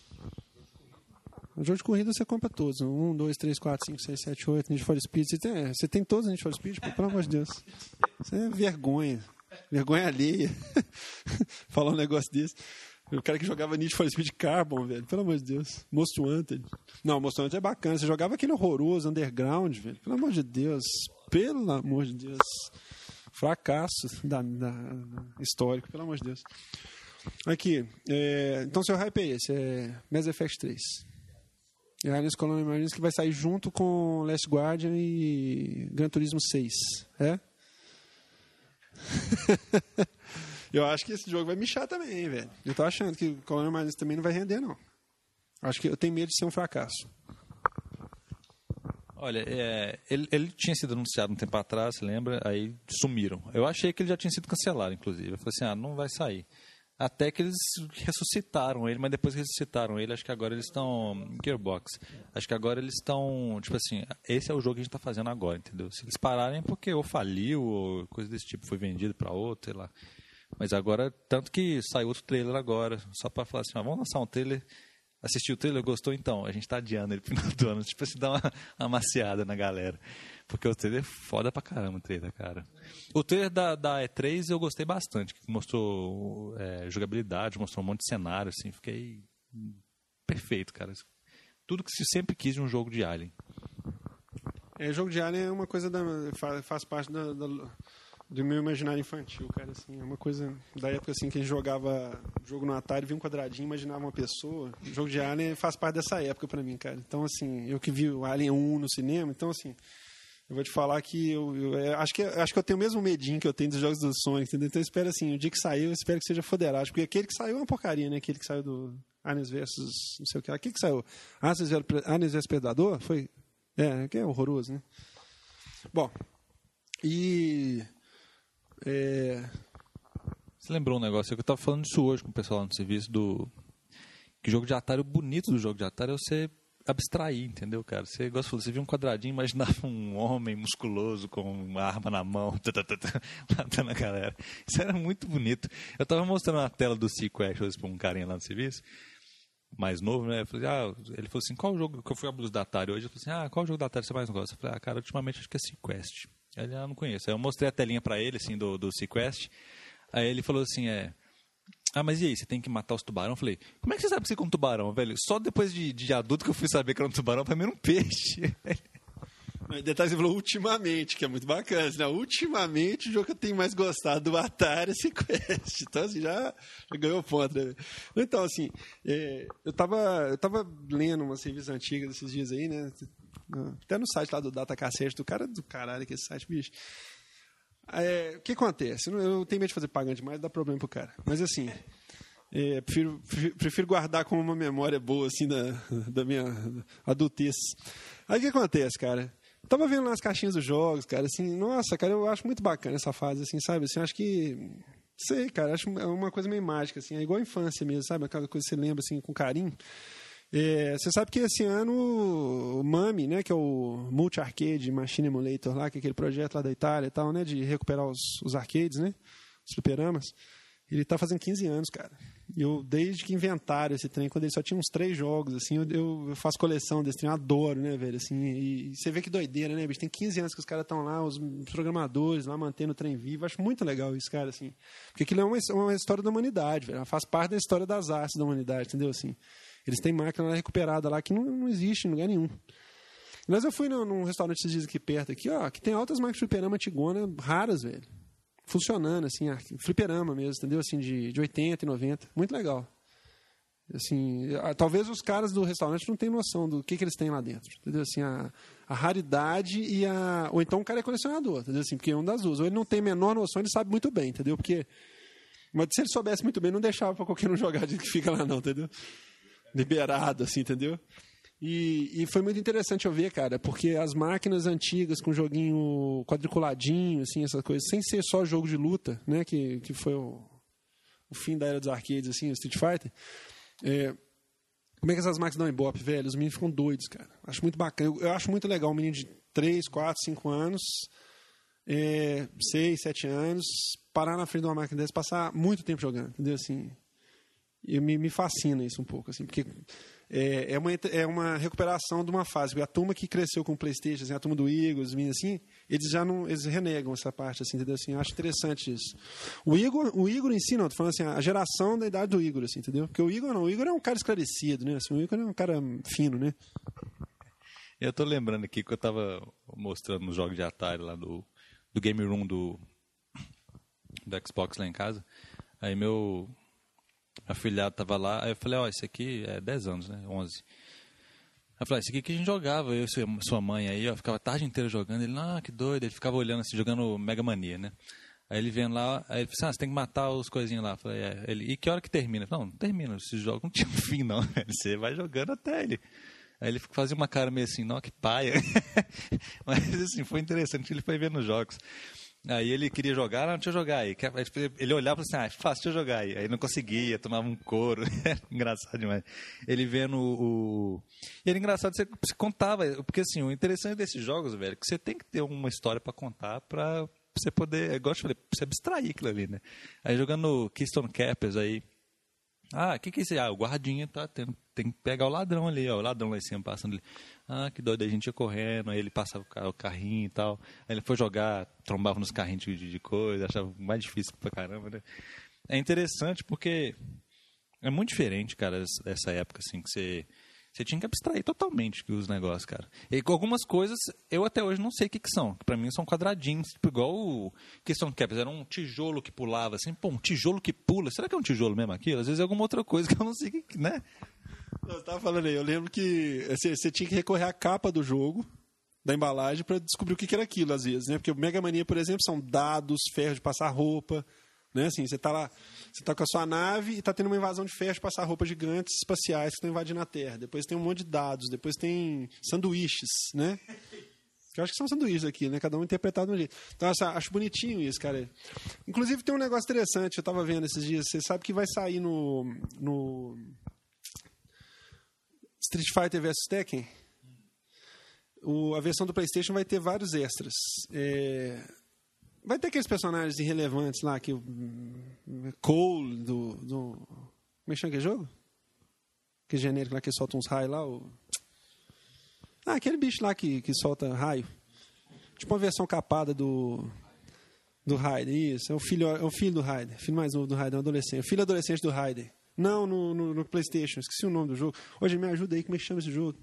O jogo de corrida você compra todos. Um, dois, três, quatro, cinco, seis, sete, oito, Need for Speed. Você tem, você tem todos os Need for Speed? Pô, pelo amor de Deus. Isso é vergonha. Vergonha alheia. Falar um negócio desse. O cara que jogava Need for Speed Carbon, velho. Pelo amor de Deus. Most Wanted. Não, Most Wanted é bacana. Você jogava aquele horroroso Underground, velho. Pelo amor de Deus. Pelo amor de Deus. Fracasso da, da, da histórico. Pelo amor de Deus. Aqui. É, então, seu hype é esse. É Mass Effect três. É Aliens Colonial Marines que vai sair junto com Last Guardian e Gran Turismo seis. É? Eu acho que esse jogo vai michar também, velho. Eu tô achando que o Colonial Marines também não vai render, não. Acho que eu tenho medo de ser um fracasso. Olha, é, ele, ele tinha sido anunciado um tempo atrás, você lembra? Aí sumiram. Eu achei que ele já tinha sido cancelado, inclusive. Eu falei assim, ah, não vai sair. Até que eles ressuscitaram ele, mas depois que ressuscitaram ele, acho que agora eles estão... Gearbox. Acho que agora eles estão... Tipo assim, esse é o jogo que a gente está fazendo agora, entendeu? Se eles pararem é porque ou faliu, ou coisa desse tipo, foi vendido para outro, sei lá. Mas agora, tanto que saiu outro trailer agora, só para falar assim, ah, vamos lançar um trailer... Assistiu o trailer, gostou? Então, a gente tá adiando ele pro final do ano, tipo assim, dá uma amaciada na galera. Porque o trailer é foda pra caramba, o trailer, cara. O trailer da, da E três eu gostei bastante, que mostrou é, jogabilidade, mostrou um monte de cenário, assim, fiquei perfeito, cara. Tudo que se sempre quis de um jogo de Alien. É, jogo de Alien é uma coisa da... faz, faz parte da... da... do meu imaginário infantil, cara, assim, é uma coisa da época, assim, que a gente jogava jogo no Atari, via um quadradinho, imaginava uma pessoa. O jogo de Alien faz parte dessa época pra mim, cara. Então, assim, eu que vi o Alien um no cinema, então, assim, eu vou te falar que eu, eu, eu acho que acho que eu tenho o mesmo medinho que eu tenho dos jogos do Sonic, entendeu? Então, eu espero, assim, o dia que saiu, eu espero que seja foderado, porque aquele que saiu é uma porcaria, né? Aquele que saiu do Aliens versus não sei o que. Aquele que saiu, Aliens versus Predador, foi... É, que é horroroso, né? Bom, e... É... Você lembrou um negócio que eu estava falando disso hoje com o pessoal lá no serviço do que jogo de Atari, o bonito do jogo de Atari é você abstrair, entendeu, cara? Você gosta de falar, você viu um quadradinho, imaginava um homem musculoso com uma arma na mão, matando a galera. Isso era muito bonito. Eu estava mostrando a tela do Sequest para um carinha lá no serviço, mais novo, né? Eu falei, ah, ele falou assim, qual o jogo que eu fui abusar da Atari hoje? Eu falei assim, ah, qual o jogo da Atari você mais gosta? Eu falei, ah, cara, ultimamente acho que é Sequest. Ele, ah, não conheço. Aí eu mostrei a telinha pra ele, assim, do, do Sequest. Aí ele falou assim, é... Ah, mas e aí, você tem que matar os tubarão? Eu falei, como é que você sabe que você é um tubarão, velho? Só depois de, de adulto que eu fui saber que era um tubarão, pra mim era um peixe. Mas detalhe, você falou ultimamente, que é muito bacana. Né? Ultimamente, o jogo que eu tenho mais gostado do Atari é Sequest. Então, assim, já, já ganhou ponto. Né? Então, assim, é, eu, tava, eu tava lendo umas revistas antigas desses dias aí, né? Até no site lá do Datacassete, do cara do caralho, que esse site, bicho. É, o que acontece? Eu, eu tenho medo de fazer pagando demais, dá problema pro cara. Mas, assim, é, prefiro, prefiro guardar como uma memória boa, assim, da, da minha adultez. Aí, o que acontece, cara? Tava vendo lá as caixinhas dos jogos, cara, assim, nossa, cara, eu acho muito bacana essa fase, assim, sabe? Assim, acho que, sei, cara, acho é uma coisa meio mágica, assim, é igual a infância mesmo, sabe? Aquela coisa que você lembra, assim, com carinho. É, você sabe que esse ano o MAMI, né, que é o Multi Arcade Machine Emulator lá, que é aquele projeto lá da Itália e tal, né, de recuperar os, os arcades, né, os fliperamas, ele tá fazendo quinze anos, cara. Eu, desde que inventaram esse trem, quando ele só tinha uns três jogos, assim, eu, eu faço coleção desse trem, eu adoro, né, velho, assim, e, e você vê que doideira, né, bicho, tem quinze anos que os caras estão lá, os programadores lá, mantendo o trem vivo, acho muito legal isso, cara, assim, porque aquilo é uma, uma história da humanidade, velho, faz parte da história das artes da humanidade, entendeu, assim, eles têm máquina lá recuperada lá que não, não existe em lugar nenhum. Mas eu fui num, num restaurante esses dias aqui perto, aqui, ó, que tem altas máquinas de fliperama antigona, raras, velho. Funcionando, assim, fliperama mesmo, entendeu? Assim, de, de oitenta e noventa. Muito legal. Assim, talvez os caras do restaurante não tenham noção do que, que eles têm lá dentro. Entendeu? Assim, a, a raridade e a... Ou então o cara é colecionador, entendeu? Assim, porque é um das duas. Ou ele não tem a menor noção, ele sabe muito bem, entendeu? Porque... Mas se ele soubesse muito bem, não deixava pra qualquer um jogar de que fica lá não, entendeu? Liberado, assim, entendeu? E, e foi muito interessante eu ver, cara, porque as máquinas antigas com joguinho quadriculadinho, assim, essas coisas, sem ser só jogo de luta, né, que, que foi o, o fim da era dos arcades, assim, o Street Fighter, é, como é que essas máquinas dão ibope, velho? Os meninos ficam doidos, cara. Acho muito bacana. Eu, eu acho muito legal um menino de três, quatro, cinco anos, é, seis, sete anos, parar na frente de uma máquina dessa, passar muito tempo jogando, entendeu? Assim... E me, me fascina isso um pouco, assim, porque é, é, uma, é uma recuperação de uma fase. Porque a turma que cresceu com o PlayStation, assim, a turma do Igor, os meninos assim, eles já não, eles renegam essa parte, assim, entendeu? Assim, eu acho interessante isso. O Igor, o Igor em si, não, tô falando assim, a geração da idade do Igor, assim, entendeu? Porque o Igor não, o Igor é um cara esclarecido, né? Assim, o Igor é um cara fino, né? Eu tô lembrando aqui que eu tava mostrando nos jogos de Atari lá do, do Game Room do, do Xbox lá em casa. Aí meu afilhado tava lá, aí eu falei, ó, oh, esse aqui é dez anos, né? onze. Aí eu falei, esse aqui que a gente jogava, eu e sua mãe aí, ó, ficava a tarde inteira jogando. Ele, ah, que doido. Ele ficava olhando assim, jogando Mega Mania, né? Aí ele vendo lá, aí ele falou assim, ah, você tem que matar os coisinhos lá. Eu falei, é. Ele, e que hora que termina? Eu falei, não, não termina, esses jogos não tinham fim, não. Você vai jogando até ele. Aí ele fazia uma cara meio assim, não, que paia. Mas assim, foi interessante, ele foi vendo os jogos. Aí ele queria jogar, não, deixa eu jogar aí. Ele olhava e falava assim, ah, fácil, deixa eu jogar aí. Aí não conseguia, tomava um couro. Engraçado demais. Ele vendo o... E era engraçado, você, você contava, porque assim, o interessante desses jogos, velho, é que você tem que ter uma história pra contar pra você poder, igual eu te falei, pra você abstrair aquilo ali, né? Aí jogando Keystone Capers aí, ah, o que que é isso aí? Ah, o guardinha tá tendo, tem que pegar o ladrão ali, ó, o ladrão lá em cima passando ali. Ah, que doido, a gente ia correndo, aí ele passava o carrinho e tal. Aí ele foi jogar, trombava nos carrinhos de, de coisa, achava mais difícil pra caramba, né? É interessante porque é muito diferente, cara, essa época, assim, que você, você tinha que abstrair totalmente os negócios, cara. E com algumas coisas, eu até hoje não sei o que que são. Pra mim são quadradinhos, tipo, igual o Keystone Capers, era um tijolo que pulava, assim, pô, um tijolo que pula. Será que é um tijolo mesmo aquilo? Às vezes é alguma outra coisa que eu não sei, que, né? Eu tava falando aí, eu lembro que você, você tinha que recorrer à capa do jogo, da embalagem, para descobrir o que, que era aquilo, às vezes, né? Porque o Mega Mania, por exemplo, são dados, ferro de passar roupa, né? Assim, você tá lá, você tá com a sua nave e tá tendo uma invasão de ferro de passar roupa gigantes espaciais que estão invadindo a Terra. Depois tem um monte de dados, depois tem sanduíches, né? Eu acho que são sanduíches aqui, né? Cada um interpretado de um jeito. Então, acho bonitinho isso, cara. Inclusive, tem um negócio interessante, eu tava vendo esses dias, você sabe que vai sair no... no Street Fighter versus. Tekken, o, a versão do PlayStation vai ter vários extras. É, vai ter aqueles personagens irrelevantes lá, que o Cole do, do... Como é que chama aquele jogo? Aquele genérico lá que solta uns raios lá. O... Ah, aquele bicho lá que, que solta raio. Tipo uma versão capada do... Do Raiden, isso. É o filho, é o filho do Raiden. Filho mais novo do Raiden, é um adolescente. O filho adolescente do Raiden. Não, no, no, no PlayStation. Esqueci o nome do jogo. Hoje me ajuda aí, como é que chama esse jogo?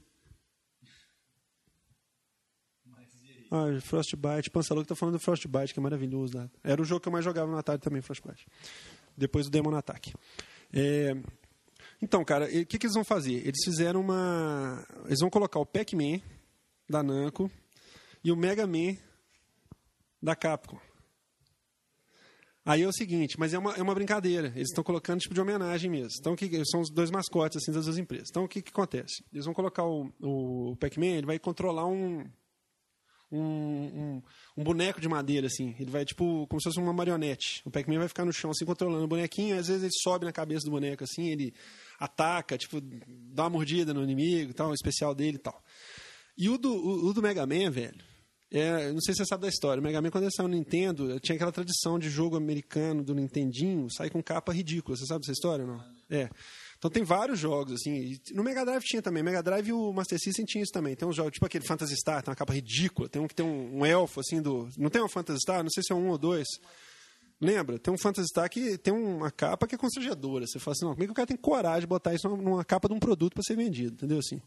Ah, Frostbite. Pansalouco tá falando do Frostbite, que é maravilhoso. Né? Era o jogo que eu mais jogava na tarde também, Frostbite. Depois do Demon Attack. É... Então, cara, o que, que eles vão fazer? Eles fizeram uma... Eles vão colocar o Pac-Man da Namco e o Mega Man da Capcom. Aí é o seguinte, mas é uma, é uma brincadeira. Eles estão colocando tipo de homenagem mesmo. Então, que, são os dois mascotes assim, das duas empresas. Então, o que, que acontece? Eles vão colocar o, o Pac-Man, ele vai controlar um, um, um, um boneco de madeira, assim. Ele vai, tipo, como se fosse uma marionete. O Pac-Man vai ficar no chão, assim, controlando o bonequinho. Às vezes ele sobe na cabeça do boneco, assim, ele ataca, tipo, dá uma mordida no inimigo, tal, o especial dele e tal. E o do, o, o do Mega Man, velho, É, não sei se você sabe da história. O Mega Man, quando ele saiu no Nintendo, tinha aquela tradição de jogo americano do Nintendinho sair com capa ridícula. Você sabe dessa história ou não? É. Então tem vários jogos, assim. No Mega Drive tinha também. Mega Drive e o Master System tinha isso também. Tem uns jogos, tipo aquele Phantasy Star, tem uma capa ridícula. Tem um que tem um, um elfo, assim, do... Não tem um Phantasy Star? Não sei se é um ou dois. Lembra? Tem um Phantasy Star que tem uma capa que é constrangedora. Você fala assim, não, como é que o cara tem coragem de botar isso numa capa de um produto para ser vendido? Entendeu? Assim.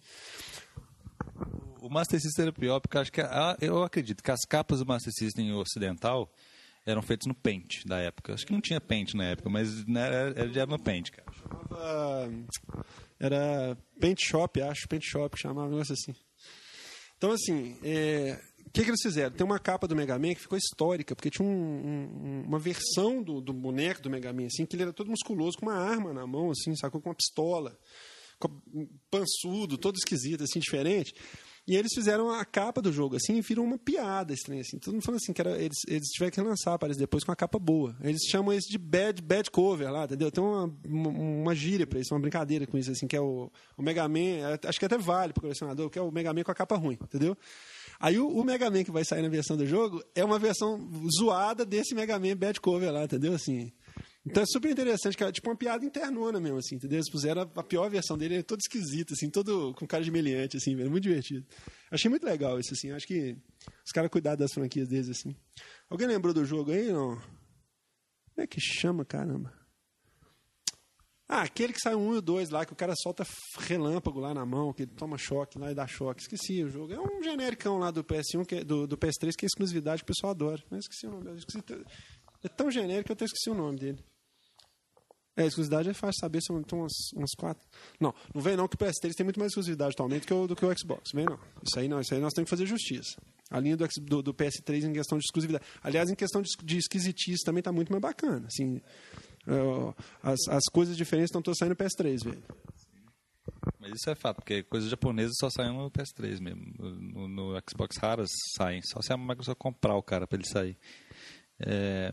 O Master System era pior, porque eu, acho que a, eu acredito que as capas do Master System ocidental eram feitas no Paint da época. Acho que não tinha Paint na época, mas né, era, era no Paint, cara. Chamava, era Paint Shop, acho, Paint Shop, chamava um negócio assim. Então, assim, é, o que, que eles fizeram? Tem uma capa do Mega Man que ficou histórica, porque tinha um, um, uma versão do, do boneco do Mega Man, assim, que ele era todo musculoso, com uma arma na mão, assim, sacou? Com uma pistola, pançudo, todo esquisito, assim, diferente. E eles fizeram a capa do jogo, assim, e viram uma piada estranha, assim. Todo mundo falando assim, que era, eles, eles tiveram que relançar, parece, depois com a capa boa. Eles chamam isso de bad, bad cover lá, entendeu? Tem uma, uma, uma gíria pra isso, uma brincadeira com isso, assim, que é o, o Mega Man, acho que até vale pro colecionador, que é o Mega Man com a capa ruim, entendeu? Aí o, o Mega Man que vai sair na versão do jogo é uma versão zoada desse Mega Man bad cover lá, entendeu? Assim... Então é super interessante, que é tipo uma piada internona mesmo, assim, entendeu? Eles puseram a, a pior versão dele, é todo esquisito, assim, todo com cara de meliante, assim, velho, muito divertido. Achei muito legal isso, assim, acho que os caras cuidaram das franquias deles, assim. Alguém lembrou do jogo aí, não? Como é que chama, caramba? Ah, aquele que sai um e o dois lá, que o cara solta relâmpago lá na mão, que ele toma choque lá e dá choque. Esqueci o jogo. É um genericão lá do P S um, que é, do, do P S três, que é exclusividade, que o pessoal adora. Mas esqueci o nome dele. Esqueci, é tão genérico que eu até esqueci o nome dele. É, a exclusividade é fácil saber, são então, umas, umas quatro. Não, não vem não, que o P S três tem muito mais exclusividade atualmente do que o, do que o Xbox. Vem não. Isso aí não, isso aí nós temos que fazer justiça. A linha do, do, do P S três em questão de exclusividade. Aliás, em questão de, de esquisitice também está muito mais bacana. Assim, uh, as, as coisas diferentes estão todas saindo no P S três, velho. Mas isso é fato, porque coisas japonesas só saem no P S três mesmo. No, no Xbox raras saem. Só se a Microsoft comprar o cara para ele sair. É...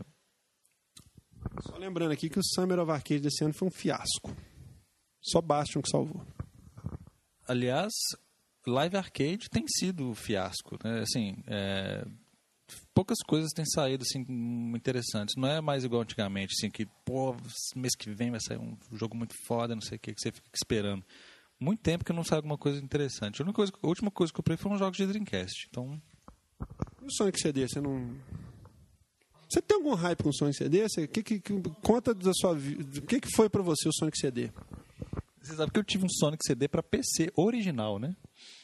Só lembrando aqui que o Summer of Arcade desse ano foi um fiasco. Só Bastion que salvou. Aliás, Live Arcade tem sido um fiasco, né? Assim, é... poucas coisas têm saído assim interessantes. Não é mais igual antigamente, assim, que pô, mês que vem vai sair um jogo muito foda, não sei o que, que você fica esperando. Muito tempo que não sai alguma coisa interessante. A, única coisa, a última coisa que eu comprei foram jogos de Dreamcast. Então... E o Sonic C D, você não... Você tem algum hype com o Sonic C D? Você, que, que, que, conta da sua vida. O que, que foi pra você o Sonic C D? Você sabe que eu tive um Sonic C D pra P C original, né?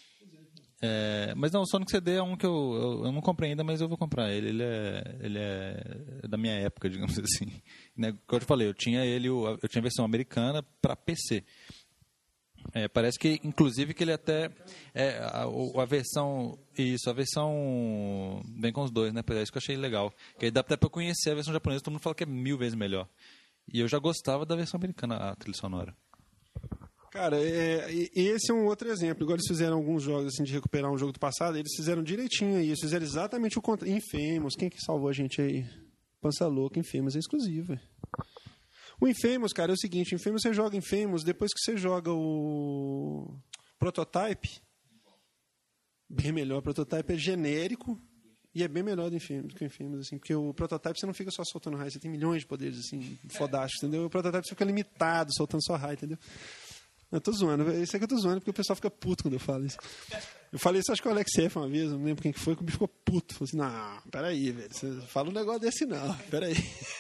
É, mas não, o Sonic C D é um que eu, eu, eu não comprei ainda, mas eu vou comprar ele. Ele é, ele é da minha época, digamos assim. Né? Como eu te falei, eu tinha ele, eu tinha a versão americana pra P C. É, parece que, inclusive, que ele até... É, a, a versão... Isso, a versão... Vem com os dois, né? É isso que eu achei legal. Que aí dá até pra conhecer a versão japonesa. Todo mundo fala que é mil vezes melhor. E eu já gostava da versão americana, a trilha sonora. Cara, é, esse é um outro exemplo. Igual eles fizeram alguns jogos, assim, de recuperar um jogo do passado. Eles fizeram direitinho aí. Eles fizeram exatamente o contrário. Infamous. Quem que salvou a gente aí? Pança Louca. Infamous é exclusivo, velho. O Infamous, cara, é o seguinte, o Infamous você joga Infamous, depois que você joga o Prototype, bem melhor, o Prototype é genérico e é bem melhor do Infamous, que o Infamous, assim, porque o Prototype você não fica só soltando raio, você tem milhões de poderes, assim, fodásticos, entendeu? O Prototype você fica limitado, soltando só raio, entendeu? Eu tô zoando, isso é que eu tô zoando, porque o pessoal fica puto quando eu falo isso. Eu falei isso, acho que o Alex F uma vez, não lembro quem que foi, que o bicho ficou puto. Falei assim, não, peraí, velho, você fala um negócio desse não, peraí.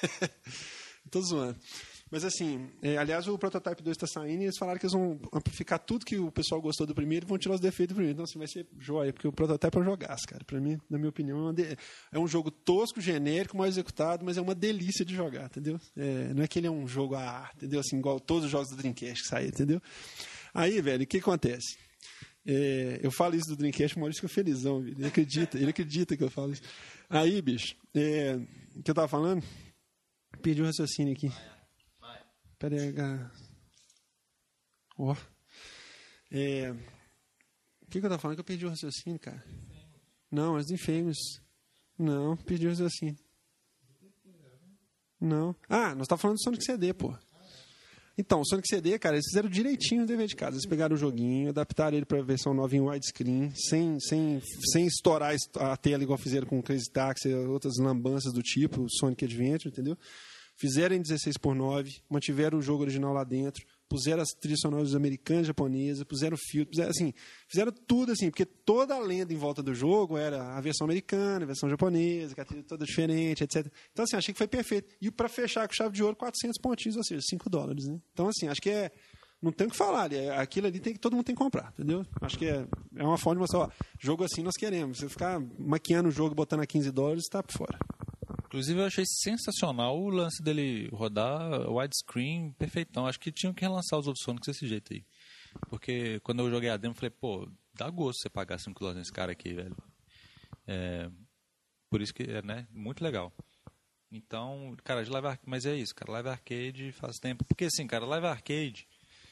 Tô zoando. Mas assim, é, aliás, o Prototype dois está saindo e eles falaram que eles vão amplificar tudo que o pessoal gostou do primeiro e vão tirar os defeitos do primeiro. Então, assim, vai ser joia, porque o Prototype é um jogaço, cara. Pra mim, na minha opinião, é, uma de... é um jogo tosco, genérico, mal executado, mas é uma delícia de jogar, entendeu? É, não é que ele é um jogo a ar, entendeu? Assim, igual todos os jogos do Dreamcast que saíram, entendeu? Aí, velho, o que acontece? É, eu falo isso do Dreamcast, o Maurício fica felizão, velho. Ele acredita, ele acredita que eu falo isso. Aí, bicho, é, o que eu tava falando? Perdi o raciocínio aqui. Pera aí, cara. Ó. É... O que, que eu tava falando? Que eu perdi o raciocínio, cara. Não, as Infamous. Não, perdi o raciocínio. Não. Ah, nós estávamos falando do Sonic C D, pô. Então, o Sonic C D, cara, eles fizeram direitinho o dever de casa. Eles pegaram o joguinho, adaptaram ele para a versão nova em widescreen, sem, sem, sem estourar a tela igual fizeram com o Crazy Taxi e outras lambanças do tipo, o Sonic Adventure, entendeu? Fizeram em dezesseis por nove, mantiveram o jogo original lá dentro, puseram as trilhas sonoras americanas e japonesas, puseram filtro, puseram, assim, fizeram tudo assim, porque toda a lenda em volta do jogo era a versão americana, a versão japonesa, que a trilha toda diferente, etcétera. Então, assim, achei que foi perfeito. E para fechar com chave de ouro, quatrocentos pontinhos, ou seja, cinco dólares, né? Então, assim, acho que é... Não tem o que falar ali. Aquilo ali tem que todo mundo tem que comprar, entendeu? Acho que é, é uma forma de mostrar, ó, jogo assim nós queremos. Você ficar maquiando o jogo, botando a quinze dólares, está por fora. Inclusive, eu achei sensacional o lance dele rodar widescreen perfeitão. Acho que tinham que relançar os outros Sonics desse jeito aí. Porque quando eu joguei a demo, eu falei, pô, dá gosto você pagar cinco dólares nesse cara aqui, velho. É, por isso que é, né, muito legal. Então, cara, de Live Arcade, mas é isso, cara, Live Arcade faz tempo. Porque assim, cara, Live Arcade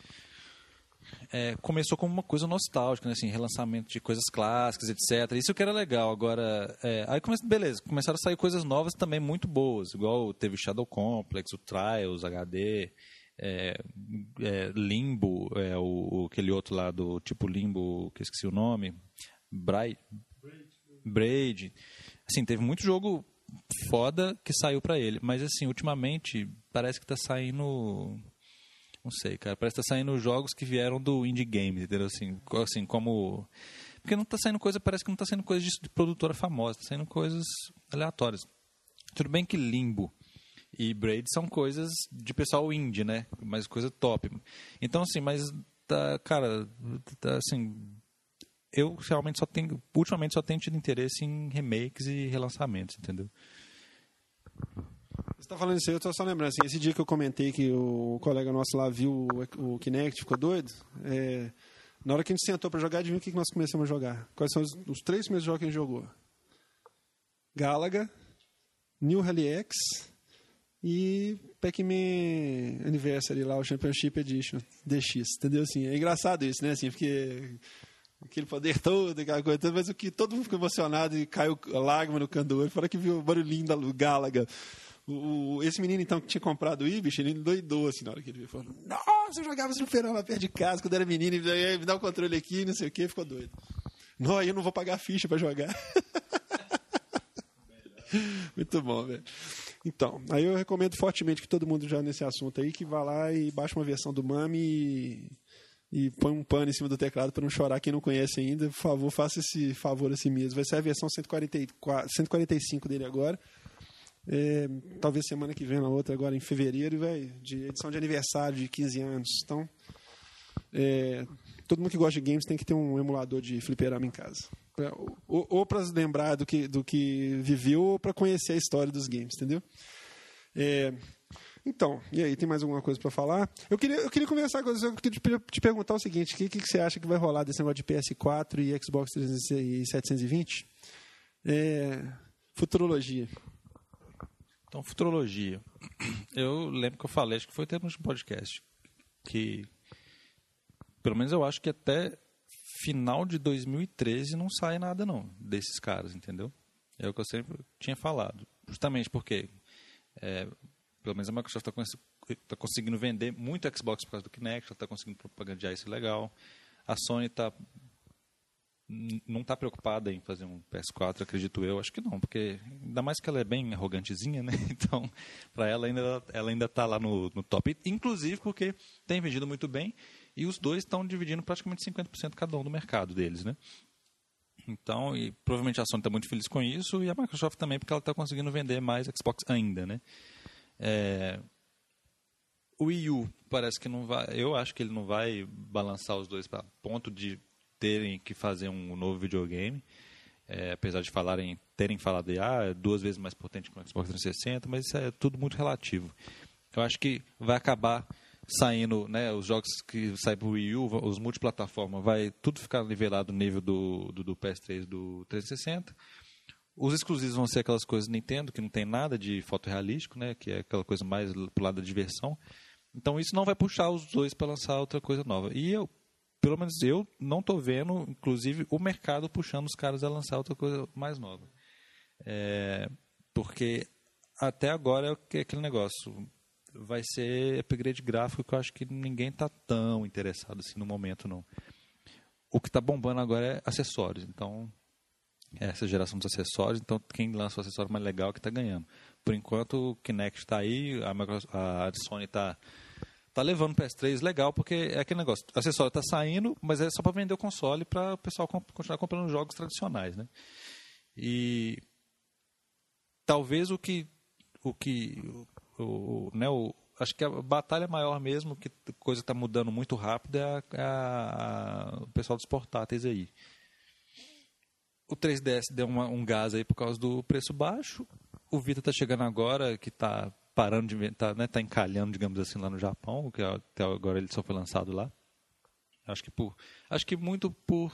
é, começou como uma coisa nostálgica, né, assim, relançamento de coisas clássicas, etcétera. Isso que era legal. Agora, é, aí come... beleza, começaram a sair coisas novas também muito boas, igual teve o Shadow Complex, o Trials, H D, é, é, Limbo, é, o, aquele outro lá do tipo Limbo, que eu esqueci o nome, Braid, Braid. Assim, teve muito jogo foda que saiu pra ele, mas assim, ultimamente parece que tá saindo... Não sei, cara. Parece que tá saindo jogos que vieram do Indie Games, entendeu? Assim, assim, como... Porque não tá saindo coisa... Parece que não tá saindo coisa de, de produtora famosa. Tá saindo coisas aleatórias. Tudo bem que Limbo e Braid são coisas de pessoal indie, né? Mas coisa top. Então, assim, mas... Tá, cara, tá, assim... Eu realmente só tenho... Ultimamente só tenho tido interesse em remakes e relançamentos, entendeu? Você tá falando isso aí, eu tô só lembrando, assim, esse dia que eu comentei que o colega nosso lá viu o, o Kinect, ficou doido, é, na hora que a gente sentou para jogar, adivinha o que nós começamos a jogar? Quais são os, os três primeiros jogos que a gente jogou? Galaga, New Rally X e Pac-Man Anniversary lá, o Championship Edition, D X, entendeu? Assim, é engraçado isso, né? Assim, porque aquele poder todo, aquela coisa toda, mas o que todo mundo ficou emocionado e caiu a lágrima no canto do olho, fora que viu o barulhinho da Galaga. O, esse menino, então, que tinha comprado o Ibish, ele doidou, assim, na hora que ele viu. Falou, nossa, eu jogava esse fliperama lá perto de casa, quando era menino, e me dá o controle aqui, não sei o quê, ficou doido. Não, aí eu não vou pagar ficha pra jogar. Muito bom, velho. Então, aí eu recomendo fortemente que todo mundo já nesse assunto aí, que vá lá e baixe uma versão do Mami e, e põe um pano em cima do teclado para não chorar. Quem não conhece ainda, por favor, faça esse favor a si mesmo. Vai ser a versão cento e quarenta e quatro, cento e quarenta e cinco dele agora. É, talvez semana que vem, na outra, agora em fevereiro, véio, de edição de aniversário de quinze anos. Então, é, todo mundo que gosta de games tem que ter um emulador de fliperama em casa. Pra, ou ou para lembrar do que, do que viveu, ou para conhecer a história dos games, entendeu? É, então, e aí, tem mais alguma coisa para falar? Eu queria, eu queria conversar com você, eu queria te, te perguntar o seguinte: o que, que você acha que vai rolar desse negócio de P S quatro e Xbox trezentos e setecentos e vinte? É, futurologia. Então, futurologia. Eu lembro que eu falei, acho que foi até no podcast, que pelo menos eu acho que até final de dois mil e treze não sai nada não desses caras, entendeu? É o que eu sempre tinha falado. Justamente porque, é, pelo menos a Microsoft está cons tá conseguindo vender muito Xbox por causa do Kinect, ela está conseguindo propagandear isso legal. A Sony está não está preocupada em fazer um P S quatro, acredito eu, acho que não, porque ainda mais que ela é bem arrogantezinha, né? Então, para ela ainda ela ainda está lá no, no top, inclusive porque tem vendido muito bem e os dois estão dividindo praticamente cinquenta por cento cada um do mercado deles, né? Então, e provavelmente a Sony está muito feliz com isso e a Microsoft também, porque ela está conseguindo vender mais Xbox ainda, né? É... O Wii U parece que não vai, eu acho que ele não vai balançar os dois para ponto de terem que fazer um novo videogame, é, apesar de falarem, terem falado de ah, é duas vezes mais potente que o Xbox trezentos e sessenta, mas isso é tudo muito relativo. Eu acho que vai acabar saindo, né, os jogos que saem para o Wii U, os multiplataforma, vai tudo ficar nivelado no nível do, do, do P S três do trezentos e sessenta. Os exclusivos vão ser aquelas coisas Nintendo, que não tem nada de fotorrealístico, né, que é aquela coisa mais pro lado da diversão. Então isso não vai puxar os dois para lançar outra coisa nova. E eu Pelo menos eu não estou vendo, inclusive, o mercado puxando os caras a lançar outra coisa mais nova. É, porque até agora é aquele negócio. Vai ser upgrade gráfico que eu acho que ninguém está tão interessado assim no momento, não. O que está bombando agora é acessórios. Então, essa geração dos acessórios. Então, quem lança o acessório mais legal é que está ganhando. Por enquanto, o Kinect está aí, a, Microsoft, a Sony está... Tá levando o P S três legal, porque é aquele negócio. O acessório está saindo, mas é só para vender o console para o pessoal comp continuar comprando jogos tradicionais, né? E talvez o que o que o, o, né, o, acho que a batalha maior mesmo, que a coisa está mudando muito rápido, é, a, é a, a, o pessoal dos portáteis aí. O três D S deu uma, um gás aí por causa do preço baixo. O Vita está chegando agora, que está parando de inventar, né, tá encalhando, digamos assim, lá no Japão, que até agora ele só foi lançado lá. Acho que por, acho que muito por,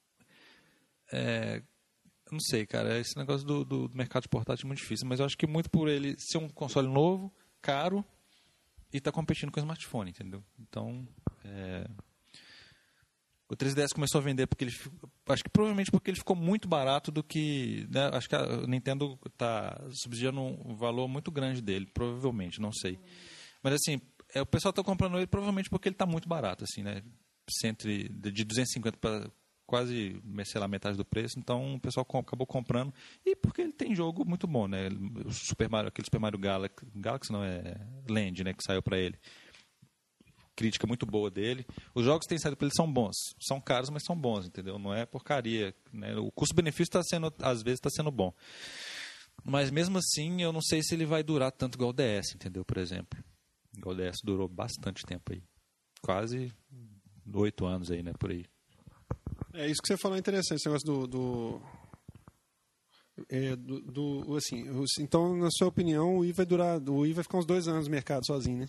é, não sei, cara, esse negócio do, do mercado de portátil é muito difícil, mas eu acho que muito por ele ser um console novo, caro e tá competindo com o smartphone, entendeu? Então, é, o três D S começou a vender porque ele, acho que provavelmente porque ele ficou muito barato do que, né, acho que a Nintendo está subsidiando um valor muito grande dele, provavelmente, não sei. Mas assim, é, o pessoal está comprando ele provavelmente porque ele está muito barato, assim, né? Entre, de duzentos e cinquenta para quase, sei lá, metade do preço, então o pessoal com, acabou comprando e porque ele tem jogo muito bom, né? O Super Mario, aquele Super Mario Galaxy, Galaxy não é Land, né, que saiu para ele. Crítica muito boa dele. Os jogos que têm saído para ele são bons. São caros, mas são bons, entendeu? Não é porcaria, né? O custo-benefício está sendo, às vezes, está sendo bom. Mas mesmo assim, eu não sei se ele vai durar tanto igual o D S, entendeu? Por exemplo. Igual o D S durou bastante tempo aí. Quase oito anos aí, né? Por aí. É isso que você falou, é interessante, esse negócio do, do... É, do, do, assim, os, então, na sua opinião, o Wii vai durar, o Wii vai ficar uns dois anos no mercado sozinho, né?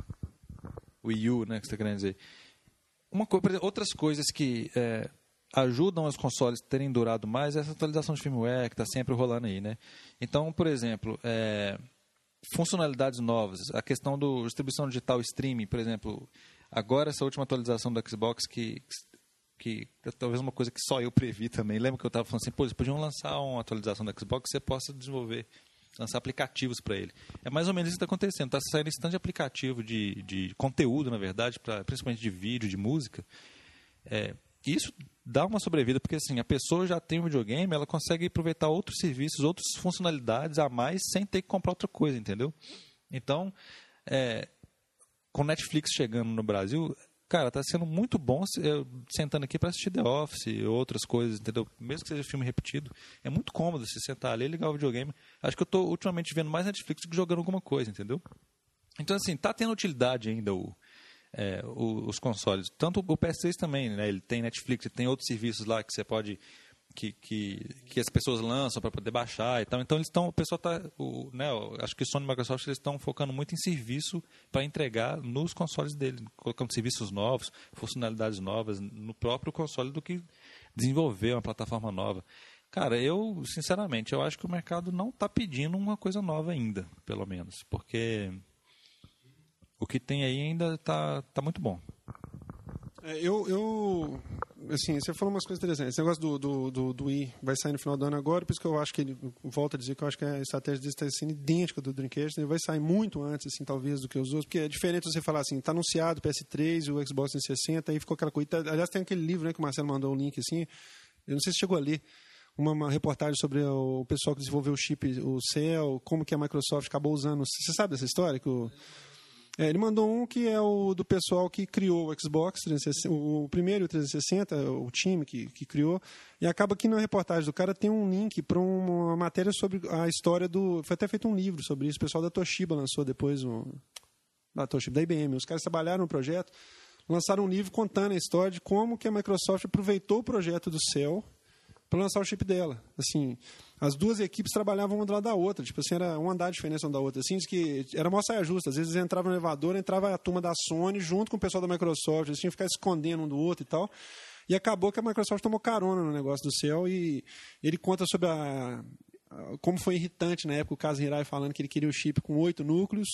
O Wii U, né, que você está querendo dizer. Uma co- por exemplo, outras coisas que é, ajudam os consoles a terem durado mais é essa atualização de firmware que está sempre rolando aí, né? Então, por exemplo, é, funcionalidades novas, a questão da distribuição digital streaming, por exemplo, agora essa última atualização do Xbox que, que talvez uma coisa que só eu previ também. Lembra que eu estava falando assim, pô, eles podiam lançar uma atualização do Xbox que você possa desenvolver, lançar aplicativos para ele. É mais ou menos isso que está acontecendo. Está saindo esse tanto de aplicativo de, de conteúdo, na verdade, pra, principalmente de vídeo, de música. É, isso dá uma sobrevida, porque assim, a pessoa já tem um videogame, ela consegue aproveitar outros serviços, outras funcionalidades a mais, sem ter que comprar outra coisa, entendeu? Então, é, com Netflix chegando no Brasil, cara, tá sendo muito bom eu, sentando aqui para assistir The Office e outras coisas, entendeu? Mesmo que seja filme repetido, é muito cômodo você sentar ali e ligar o videogame. Acho que eu tô ultimamente vendo mais Netflix do que jogando alguma coisa, entendeu? Então, assim, tá tendo utilidade ainda o, é, o, os consoles. Tanto o P S três também, né? Ele tem Netflix, ele tem outros serviços lá que você pode... Que, que, que as pessoas lançam para poder baixar e tal. Então, eles estão... O pessoal tá... O, né, acho que o Sony e a Microsoft eles estão focando muito em serviço para entregar nos consoles dele, colocando serviços novos, funcionalidades novas no próprio console do que desenvolver uma plataforma nova. Cara, eu, sinceramente, eu acho que o mercado não está pedindo uma coisa nova ainda, pelo menos, porque o que tem aí ainda está tá muito bom. É, eu, eu, assim, você falou umas coisas interessantes. Esse negócio do, do, do, do Wii vai sair no final do ano agora, por isso que eu acho que ele, volta a dizer que eu acho que a estratégia dele está sendo idêntica do Dreamcast. Ele vai sair muito antes, assim, talvez, do que os outros, porque é diferente você falar assim, está anunciado o P S três e o Xbox trezentos e sessenta, aí ficou aquela coisa. Aliás, tem aquele livro, né, que o Marcelo mandou o link, assim, eu não sei se chegou a ler, uma, uma reportagem sobre o pessoal que desenvolveu o chip, o Cell, como que a Microsoft acabou usando. Você sabe dessa história? Que o É, ele mandou um que é o do pessoal que criou o Xbox trezentos e sessenta, o primeiro trezentos e sessenta, o time que, que criou, e acaba que na reportagem do cara tem um link para uma matéria sobre a história do... Foi até feito um livro sobre isso, o pessoal da Toshiba lançou depois, um, da Toshiba, da I B M, os caras trabalharam no projeto, lançaram um livro contando a história de como que a Microsoft aproveitou o projeto do Cell para lançar o chip dela. Assim, as duas equipes trabalhavam uma do lado da outra, tipo assim, era um andar de diferença uma da outra, assim, que era mó saia justa, às vezes entrava no elevador, entrava a turma da Sony junto com o pessoal da Microsoft, eles tinham que ficar escondendo um do outro e tal, e acabou que a Microsoft tomou carona no negócio do Cell, e ele conta sobre a, a, como foi irritante na época o Kazu Hirai falando que ele queria o chip com oito núcleos.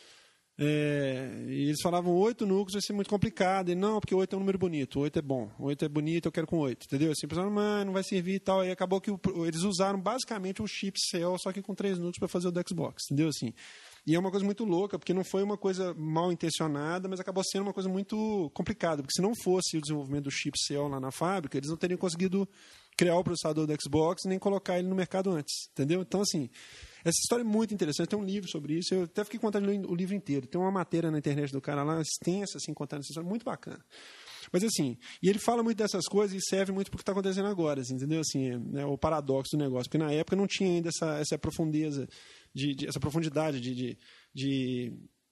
É, e eles falavam oito núcleos vai ser muito complicado. E não, porque oito é um número bonito, oito é bom, oito é bonito, eu quero com oito, entendeu? Assim, pensaram, mas não vai servir e tal. E acabou que o, eles usaram basicamente o chip Cell, só que com três núcleos para fazer o do Xbox, entendeu? Assim, e é uma coisa muito louca, porque não foi uma coisa mal intencionada, mas acabou sendo uma coisa muito complicada, porque se não fosse o desenvolvimento do chip Cell lá na fábrica, eles não teriam conseguido criar o processador do Xbox nem colocar ele no mercado antes, entendeu? Então, assim, essa história é muito interessante, tem um livro sobre isso, eu até fiquei contando o livro inteiro, tem uma matéria na internet do cara lá, extensa, assim, contando essa história, muito bacana. Mas, assim, e ele fala muito dessas coisas e serve muito para o que está acontecendo agora, assim, entendeu? Assim, é, né, o paradoxo do negócio, porque na época não tinha ainda essa, essa profundeza, de, de, essa profundidade de... de, de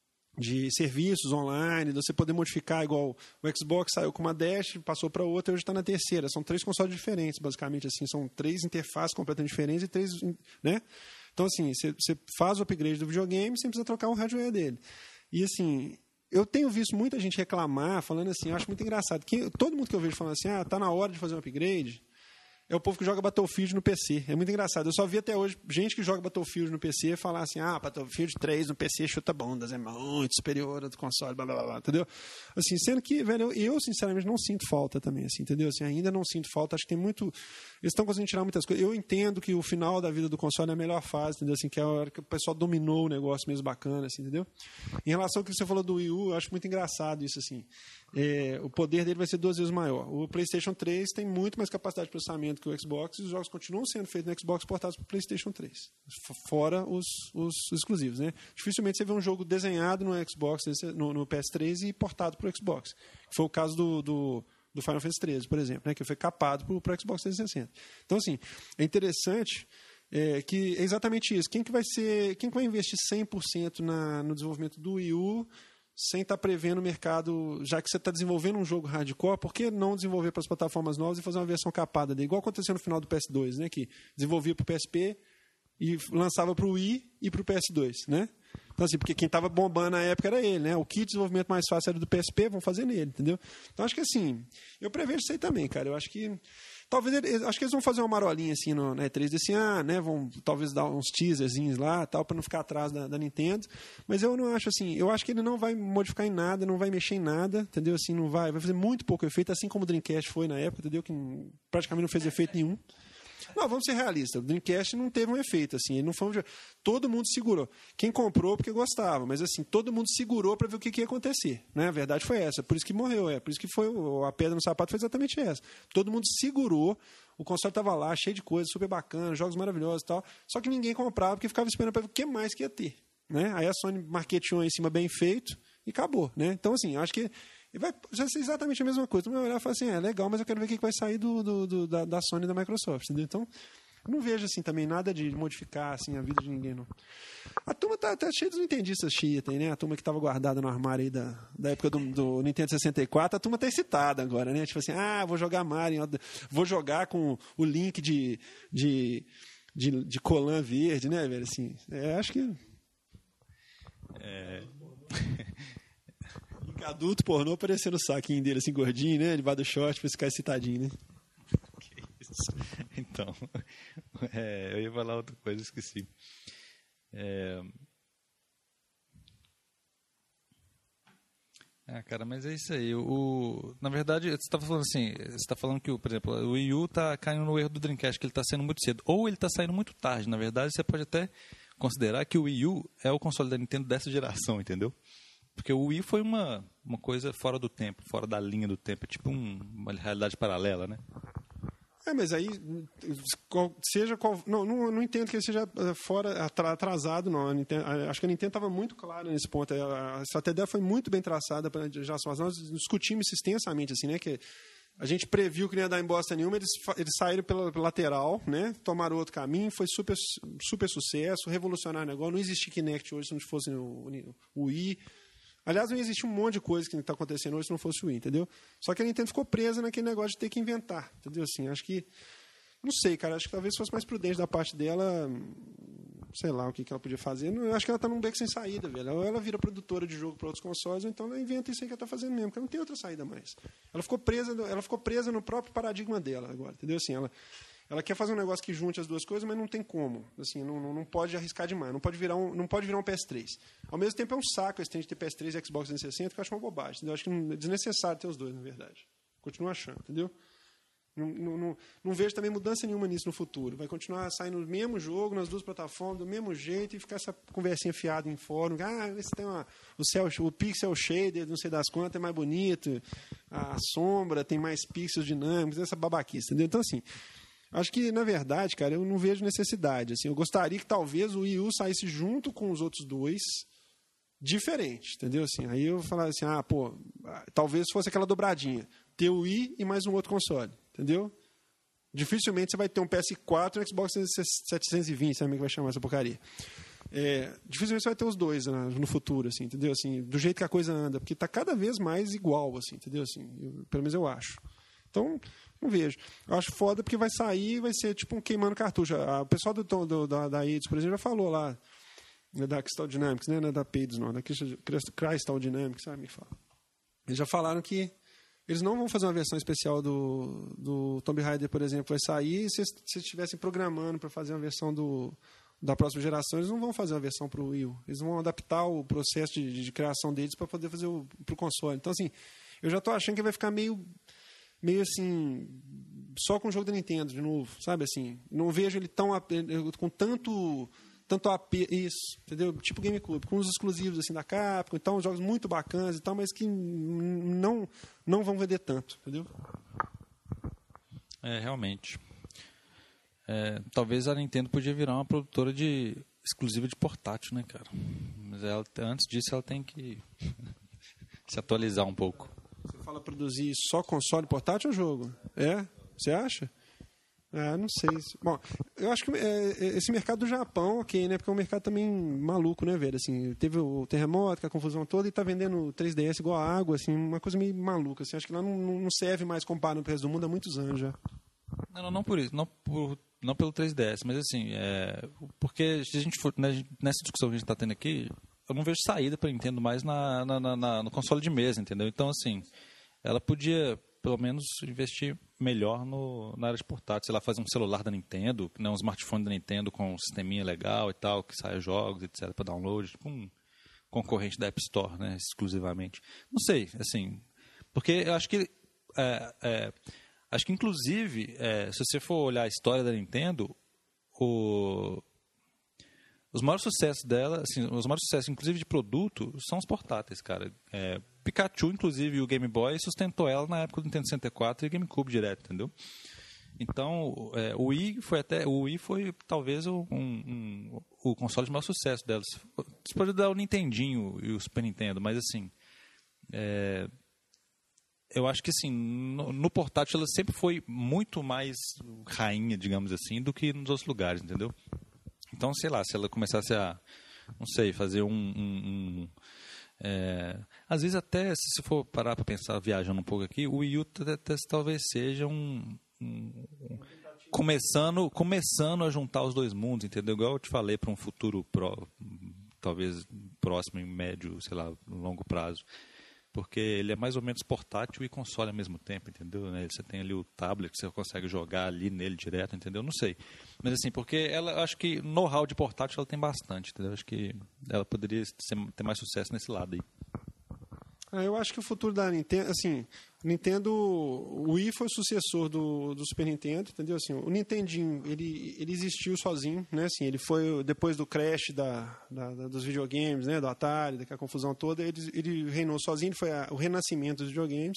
de serviços online, de você poder modificar, igual o Xbox saiu com uma Dash, passou para outra e hoje está na terceira. São três consoles diferentes, basicamente, assim, são três interfaces completamente diferentes e três, né? Então, assim, você faz o upgrade do videogame sem precisar trocar o hardware dele. E, assim, eu tenho visto muita gente reclamar, falando assim, eu acho muito engraçado, que todo mundo que eu vejo falando assim, ah, tá na hora de fazer um upgrade, é o povo que joga Battlefield no P C. É muito engraçado. Eu só vi até hoje gente que joga Battlefield no P C falar assim, ah, Battlefield três no P C chuta bundas, é muito superior ao do console, blá, blá, blá, entendeu? Assim, sendo que, velho, eu, eu sinceramente não sinto falta também, assim, entendeu? Assim, ainda não sinto falta, acho que tem muito... Eles estão conseguindo tirar muitas coisas. Eu entendo que o final da vida do console é a melhor fase, entendeu? Assim, que é a hora que o pessoal dominou o negócio mesmo bacana, assim, entendeu? Em relação ao que você falou do Wii U, eu acho muito engraçado isso, assim. É, o poder dele vai ser duas vezes maior. O PlayStation três tem muito mais capacidade de processamento que o Xbox e os jogos continuam sendo feitos no Xbox portados para o PlayStation três, fora os, os exclusivos, né? Dificilmente você vê um jogo desenhado no Xbox, no, no P S três e portado para o Xbox. Foi o caso do, do, do Final Fantasy treze, por exemplo, né? Que foi capado para o Xbox trezentos e sessenta. Então, assim, é interessante é, que é exatamente isso. Quem que vai ser, quem que vai investir cem por cento na, no desenvolvimento do Wii U sem estar prevendo o mercado, já que você está desenvolvendo um jogo hardcore, por que não desenvolver para as plataformas novas e fazer uma versão capada dele? Igual aconteceu no final do P S dois, né? Que desenvolvia para o P S P e lançava para o Wii e para o P S dois, né? Então, assim, porque quem estava bombando na época era ele, né? O kit de desenvolvimento mais fácil era do P S P, vão fazer nele, entendeu? Então, acho que assim, eu prevejo isso aí também, cara. Eu acho que talvez eles, acho que eles vão fazer uma marolinha assim no, na E três desse ano, né? Vão talvez dar uns teaserzinhos lá, tal, para não ficar atrás da, da Nintendo. Mas eu não acho assim, eu acho que ele não vai modificar em nada, não vai mexer em nada, entendeu? Assim, não vai, vai fazer muito pouco efeito, assim como o Dreamcast foi na época, entendeu? Que praticamente não fez efeito nenhum. Não, vamos ser realistas. O Dreamcast não teve um efeito, assim. Ele não foi um... Todo mundo segurou. Quem comprou porque gostava, mas assim, todo mundo segurou para ver o que, que ia acontecer. Né? A verdade foi essa. Por isso que morreu. É. Por isso que foi a pedra no sapato foi exatamente essa. Todo mundo segurou. O console estava lá, cheio de coisas, super bacana, jogos maravilhosos e tal. Só que ninguém comprava porque ficava esperando para ver o que mais que ia ter. Né? Aí a Sony marketeou em cima bem feito e acabou. Né? Então, assim, acho que e vai já ser exatamente a mesma coisa. Tu vai olhar e falar assim, é legal, mas eu quero ver o que vai sair do, do, do, da, da Sony e da Microsoft. Entendeu? Então, eu não vejo assim também nada de modificar assim, a vida de ninguém, não. A turma tá, tá cheia dos nintendistas chia, tem, né? A turma que estava guardada no armário aí da, da época do, do Nintendo sessenta e quatro, a turma tá excitada agora, né? Tipo assim, ah, vou jogar Mario, vou jogar com o Link de, de, de, de colã verde, né, velho? Assim, é, acho que... É... Adulto pornô parecendo o saquinho dele, assim, gordinho, né? Debaixo do short, pra ficar excitadinho, né? Que isso? Então, é, eu ia falar outra coisa, esqueci. É... Ah, cara, mas é isso aí. O, na verdade, você estava falando assim, você está falando que, por exemplo, o Wii U está caindo no erro do Dreamcast, que ele está saindo muito cedo. Ou ele está saindo muito tarde. Na verdade, você pode até considerar que o Wii U é o console da Nintendo dessa geração, entendeu? Porque o Wii foi uma, uma coisa fora do tempo, fora da linha do tempo, é tipo um, uma realidade paralela, né? É, mas aí, qual, seja qual... Não, não, não entendo que ele seja fora, atrasado, não. A Nintendo, acho que a Nintendo estava muito clara nesse ponto. A estratégia foi muito bem traçada para a geração. Nós discutimos isso extensamente, assim, né? Que a gente previu que não ia dar em bosta nenhuma, eles, eles saíram pela, pela lateral, né? Tomaram outro caminho, foi super, super sucesso, revolucionário negócio. Não existe Kinect hoje se não fosse o, o Wii. Aliás, não existe um monte de coisa que está acontecendo hoje se não fosse o Wii, entendeu? Só que a Nintendo ficou presa naquele negócio de ter que inventar, entendeu? Assim, acho que... Não sei, cara. Acho que talvez fosse mais prudente da parte dela... Sei lá o que, que ela podia fazer. Eu acho que ela está num beco sem saída, velho. Ou ela vira produtora de jogo para outros consoles, ou então ela inventa isso aí que ela está fazendo mesmo, porque não tem outra saída mais. Ela ficou presa, ela ficou presa no próprio paradigma dela agora, entendeu? Assim, ela... Ela quer fazer um negócio que junte as duas coisas, mas não tem como. Assim, não, não, não pode arriscar demais. Não pode virar um, não pode virar um P S três. Ao mesmo tempo, é um saco esse de ter P S três e Xbox trezentos e sessenta, que eu acho uma bobagem. Entendeu? Eu acho que é desnecessário ter os dois, na verdade. Continuo achando, entendeu? Não, não, não, não vejo também mudança nenhuma nisso no futuro. Vai continuar saindo o mesmo jogo, nas duas plataformas, do mesmo jeito, e ficar essa conversinha fiada em fórum. Ah, esse tem uma, o, cel, o pixel shader, não sei das quantas, é mais bonito. A sombra tem mais pixels dinâmicos, essa babaquice, entendeu? Então, assim... Acho que, na verdade, cara, eu não vejo necessidade. Assim, eu gostaria que talvez o Wii U saísse junto com os outros dois, diferente, entendeu? Assim, aí eu falaria assim, ah, pô, talvez fosse aquela dobradinha. Ter o Wii e mais um outro console, entendeu? Dificilmente você vai ter um P S quatro e um Xbox setecentos e vinte, sabe como é que vai chamar essa porcaria? É, dificilmente você vai ter os dois, né, no futuro, assim, entendeu? Assim, do jeito que a coisa anda, porque está cada vez mais igual, assim, entendeu? Assim, eu, pelo menos eu acho. Então... Não vejo. Eu acho foda porque vai sair e vai ser tipo um queimando cartucho. O pessoal do, do, da, da Eidos, por exemplo, já falou lá, da Crystal Dynamics, né? Não é da Peidos, não, da Crystal Dynamics, sabe me fala. Eles já falaram que eles não vão fazer uma versão especial do, do Tomb Raider, por exemplo, vai sair. Se eles estivessem programando para fazer uma versão do, da próxima geração, eles não vão fazer uma versão para o Wii U. Eles vão adaptar o processo de, de criação deles para poder fazer para o console. Então, assim, eu já estou achando que vai ficar meio... meio assim, só com o jogo da Nintendo, de novo, sabe assim? Não vejo ele tão com tanto tanto A P, isso, entendeu? Tipo GameCube, com os exclusivos assim da Capcom, então jogos muito bacanas e tal, mas que não não vão vender tanto, entendeu? É, realmente. É, talvez a Nintendo podia virar uma produtora de exclusiva de portátil, né, cara? Mas ela, antes disso ela tem que se atualizar um pouco. Você fala produzir só console portátil ou jogo? É? Você acha? É, não sei. Bom, eu acho que é, esse mercado do Japão, ok, né? Porque é um mercado também maluco, né, velho? Assim, teve o terremoto, a confusão toda, e tá vendendo três D S igual a água, assim, uma coisa meio maluca. Assim, acho que lá não, não serve mais comparado com o resto do mundo há muitos anos já. Não, não, não por isso, não, por, não pelo três D S, mas assim, é, porque se a gente for né, nessa discussão que a gente está tendo aqui, eu não vejo saída para Nintendo mais na, na, na, na, no console de mesa, entendeu? Então, assim, ela podia pelo menos investir melhor no, na área de portátil, sei lá, fazer um celular da Nintendo, né, um smartphone da Nintendo com um sisteminha legal e tal, que saia jogos, etcétera, para download, tipo um concorrente da App Store, né, exclusivamente. Não sei, assim, porque eu acho que, é, é, acho que inclusive, é, se você for olhar a história da Nintendo, o... Os maiores sucessos dela, assim, os maiores sucessos, inclusive de produto, são os portáteis, cara. É, Pikachu, inclusive, e o Game Boy sustentou ela na época do Nintendo sessenta e quatro e GameCube direto, entendeu? Então, é, o Wii foi até, o Wii foi talvez o, um, um, o console de maior sucesso delas. Você pode dar o Nintendinho e o Super Nintendo, mas assim, é, eu acho que assim, no, no portátil ela sempre foi muito mais rainha, digamos assim, do que nos outros lugares, entendeu? Então, sei lá, se ela começasse a, não sei, fazer um... um, um é, às vezes até, se for parar para pensar, viajando um pouco aqui, o Wii U talvez seja um... um, um começando, começando a juntar os dois mundos, entendeu? Igual eu te falei, para um futuro, pro, talvez próximo, em médio, sei lá, longo prazo. Porque ele é mais ou menos portátil e console ao mesmo tempo, entendeu? Você tem ali o tablet que você consegue jogar ali nele direto, entendeu? Não sei. Mas assim, porque ela, acho que know-how de portátil ela tem bastante, entendeu? Acho que ela poderia ser, ter mais sucesso nesse lado aí. Ah, eu acho que o futuro da Nintendo, assim, o Nintendo, o Wii foi o sucessor do, do Super Nintendo, entendeu? Assim, o Nintendinho, ele, ele existiu sozinho, né? Assim, ele foi depois do crash da, da, da, dos videogames, né? Do Atari, daquela confusão toda, ele, ele reinou sozinho, ele foi a, o renascimento dos videogames.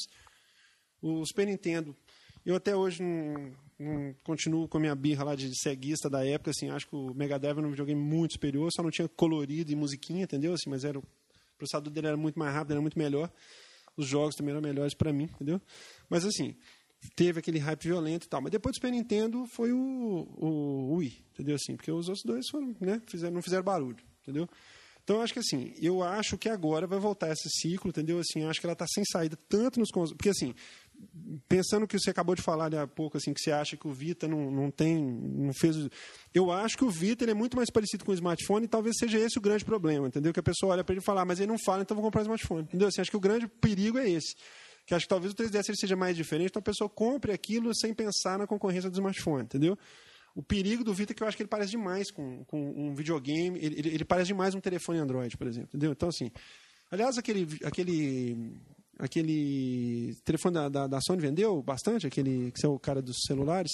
O Super Nintendo, eu até hoje não, não continuo com a minha birra lá de ceguista da época, assim, acho que o Mega Drive era um videogame muito superior, só não tinha colorido e musiquinha, entendeu? Assim, mas era o O processador dele era muito mais rápido, era muito melhor. Os jogos também eram melhores para mim, entendeu? Mas assim, teve aquele hype violento e tal. Mas depois do Super Nintendo foi o, o, o Wii, entendeu? Assim, porque os outros dois foram, né, fizeram, não fizeram barulho, entendeu? Então, eu acho que assim, eu acho que agora vai voltar esse ciclo, entendeu? Assim, eu acho que ela está sem saída tanto nos consoles. Porque assim, pensando que você acabou de falar há pouco, assim, que você acha que o Vita não, não tem, não fez... Eu acho que o Vita ele é muito mais parecido com o smartphone e talvez seja esse o grande problema, entendeu? Que a pessoa olha para ele e fala, ah, mas ele não fala, então vou comprar um smartphone, entendeu? Assim, acho que o grande perigo é esse. Que acho que talvez o três D S ele seja mais diferente, então a pessoa compre aquilo sem pensar na concorrência do smartphone, entendeu? O perigo do Vita é que eu acho que ele parece demais com, com um videogame, ele, ele, ele parece demais um telefone Android, por exemplo, entendeu? Então, assim, aliás, aquele... aquele Aquele telefone da, da, da Sony vendeu bastante? Aquele que é o cara dos celulares?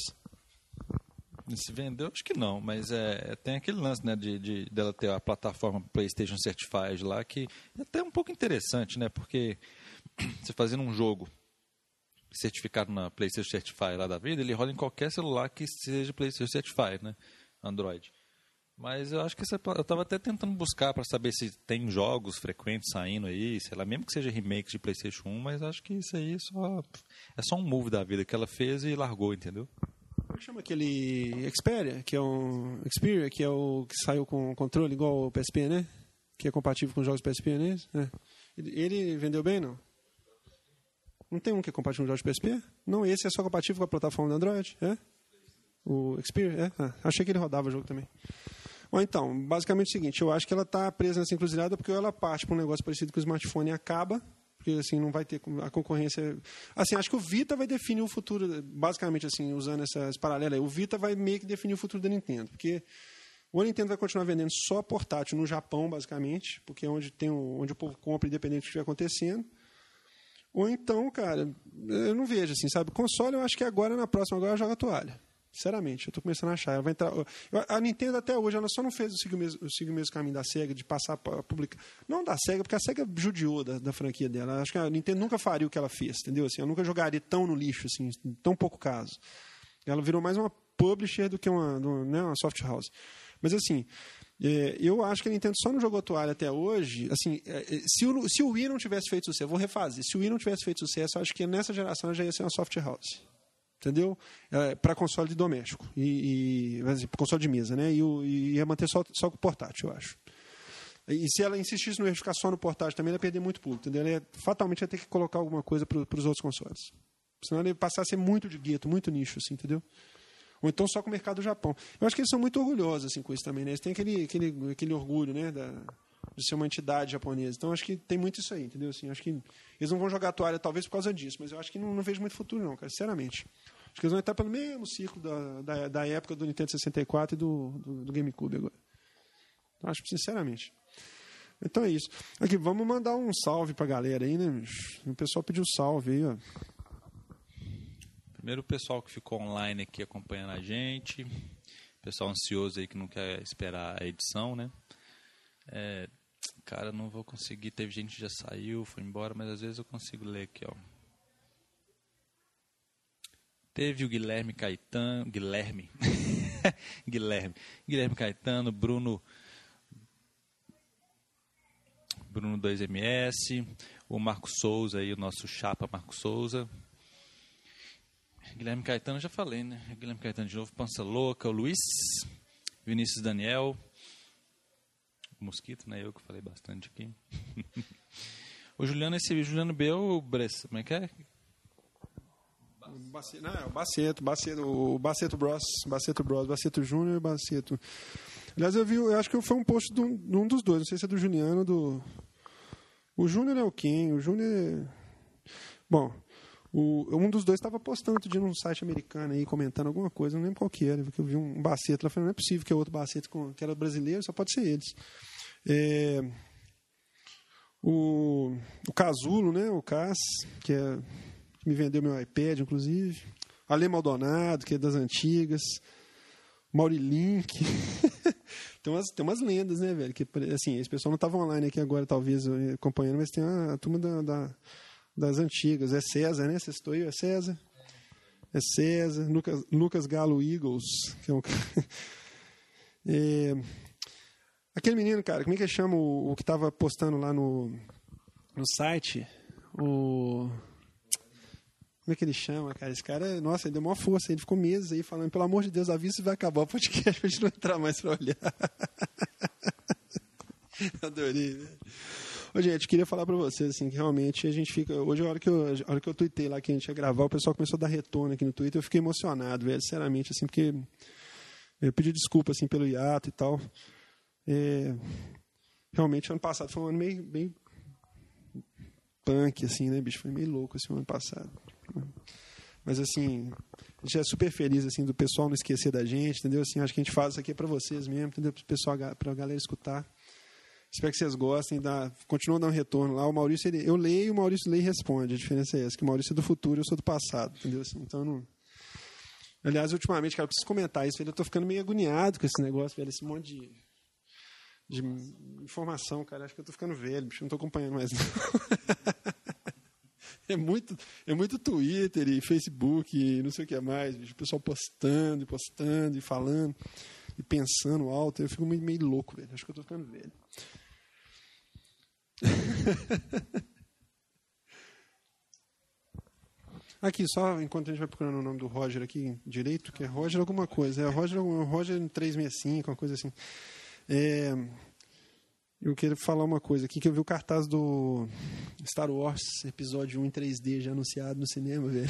Se vendeu, acho que não, mas é, tem aquele lance, né, de, de dela ter a plataforma PlayStation Certified lá, que é até um pouco interessante, né, porque você fazendo um jogo certificado na PlayStation Certified lá da vida, ele rola em qualquer celular que seja PlayStation Certified, né, Android. Mas eu acho que essa, eu estava até tentando buscar para saber se tem jogos frequentes saindo aí, sei lá, mesmo que seja remakes de PlayStation um, mas acho que isso aí só, é só um move da vida que ela fez e largou, entendeu? Como chama aquele Xperia, que é um Xperia, que é o que saiu com controle igual o P S P, né? Que é compatível com os jogos P S P, né? É. Ele, ele vendeu bem, não? Não tem um que é compatível com os jogos P S P? Não, esse é só compatível com a plataforma do Android, é? O Xperia, é? Ah, achei que ele rodava o jogo também. Bom, então, basicamente é o seguinte, eu acho que ela está presa nessa encruzilhada porque ela parte para um negócio parecido com o smartphone e acaba, porque assim, não vai ter a concorrência... Assim, acho que o Vita vai definir o futuro, basicamente assim, usando essas paralelas aí, o Vita vai meio que definir o futuro da Nintendo, porque ou a Nintendo vai continuar vendendo só portátil no Japão, basicamente, porque é onde, tem o, onde o povo compra independente do que estiver acontecendo, ou então, cara, eu não vejo assim, sabe, console eu acho que agora, na próxima, agora joga a toalha. Sinceramente, eu estou começando a achar. Ela vai entrar, a Nintendo até hoje ela só não fez o seguir o mesmo, o mesmo caminho da SEGA, de passar para publicar. Não da SEGA, porque a SEGA judiou da, da franquia dela. Acho que a Nintendo nunca faria o que ela fez, entendeu? Assim, ela nunca jogaria tão no lixo, assim, em tão pouco caso. Ela virou mais uma publisher do que uma, né, uma soft house. Mas assim, é, eu acho que a Nintendo só não jogou toalha até hoje. Assim, é, se, o, se o Wii não tivesse feito sucesso, eu vou refazer. Se o Wii não tivesse feito sucesso, eu acho que nessa geração ela já ia ser uma soft house. entendeu? É, para console de doméstico e, e console de mesa, né? E, o, e ia manter só, só com o portátil, eu acho. E se ela insistisse no ficar só no portátil também, ela ia perder muito público, entendeu? Ela ia, fatalmente ia ter que colocar alguma coisa para os outros consoles. Senão ela ia passar a ser muito de gueto, muito nicho, assim, entendeu? Ou então só com o mercado do Japão. Eu acho que eles são muito orgulhosos assim, com isso também, né? Eles têm aquele, aquele, aquele orgulho, né? Da, de ser uma entidade japonesa. Então, acho que tem muito isso aí, entendeu? Assim, acho que eles não vão jogar a toalha, talvez, por causa disso, mas eu acho que não, não vejo muito futuro, não, cara, sinceramente. Acho que eles vão estar pelo mesmo ciclo da, da, da época do Nintendo sessenta e quatro e do, do, do GameCube agora. Então, acho, sinceramente. Então é isso. Aqui, vamos mandar um salve pra galera aí, né, bicho? O pessoal pediu salve aí, ó. Primeiro o pessoal que ficou online aqui acompanhando a gente. Pessoal ansioso aí que não quer esperar a edição, né? É, cara, não vou conseguir. Teve gente que já saiu, foi embora, mas às vezes eu consigo ler aqui, ó. Teve o Guilherme Caetano. Guilherme. Guilherme. Guilherme Caetano, Bruno. Bruno dois M S. O Marco Souza aí, o nosso chapa Marco Souza. Guilherme Caetano, já falei, né? Guilherme Caetano de novo, Pança Louca, o Luiz, Vinícius Daniel, o Mosquito, né? Eu que falei bastante aqui. O Juliano, esse Juliano B, o Bressa, como é que é? Baceto, não, é o Baceto, Baceto, o Baceto Bros, Baceto Bros, Baceto Júnior e Baceto. Aliás, eu vi, eu acho que foi um post de um, de um dos dois, não sei se é do Juliano ou do... O Júnior é o quem? O Júnior é... Bom... O, um dos dois estava postando outro dia num site americano aí, comentando alguma coisa, não lembro qual que era, porque eu vi um Baceto lá, falei, não é possível que é outro Baceto com, que era brasileiro, só pode ser eles. É, o, o Casulo, né, o Cas, que, é, que me vendeu meu iPad, inclusive. Ale Maldonado, que é das antigas. Maurilink. tem, umas, tem umas lendas, né, velho? Que, assim, esse pessoal não estava online aqui agora, talvez, acompanhando, mas tem a, a turma da... da das antigas, é César, né? Você estou aí, é César? É César, Lucas, Lucas Galo Eagles, que é um é, aquele menino, cara, como é que chama o, o que estava postando lá no, no site? O... Como é que ele chama, cara? Esse cara, nossa, ele deu uma força, ele ficou meses aí falando, pelo amor de Deus, avisa se vai acabar o podcast pra gente não entrar mais pra olhar. Adorei, velho. Ô, gente, queria falar pra vocês, assim, que realmente a gente fica... Hoje, a hora que eu, a hora que eu tuitei lá que a gente ia gravar, o pessoal começou a dar retorno aqui no Twitter, eu fiquei emocionado, velho, sinceramente, assim, porque eu pedi desculpa, assim, pelo hiato e tal. É, realmente, ano passado foi um ano meio, meio punk, assim, né, bicho? Foi meio louco, assim, o ano passado. Mas, assim, a gente é super feliz, assim, do pessoal não esquecer da gente, entendeu? Assim, acho que a gente faz isso aqui pra vocês mesmo, entendeu? Pro pessoal, pra galera escutar. Espero que vocês gostem, dá, continuam dando retorno lá. O Maurício, ele, eu leio, o Maurício lê e responde. A diferença é essa, que o Maurício é do futuro e eu sou do passado, entendeu? Assim, então, não... Aliás, ultimamente, cara, eu preciso comentar isso, velho, eu tô ficando meio agoniado com esse negócio, velho, esse monte de, de informação, cara. Acho que eu tô ficando velho, bicho, não tô acompanhando mais, não. É muito, é muito Twitter e Facebook e não sei o que mais, bicho. O pessoal postando e postando e falando e pensando alto. Eu fico meio, meio louco, velho. Acho que eu tô ficando velho. Aqui, só enquanto a gente vai procurando o nome do Roger aqui direito, que é Roger alguma coisa. É Roger, Roger trezentos e sessenta e cinco, uma coisa assim. É, eu queria falar uma coisa aqui, que eu vi o cartaz do Star Wars Episódio um em três D já anunciado no cinema, velho.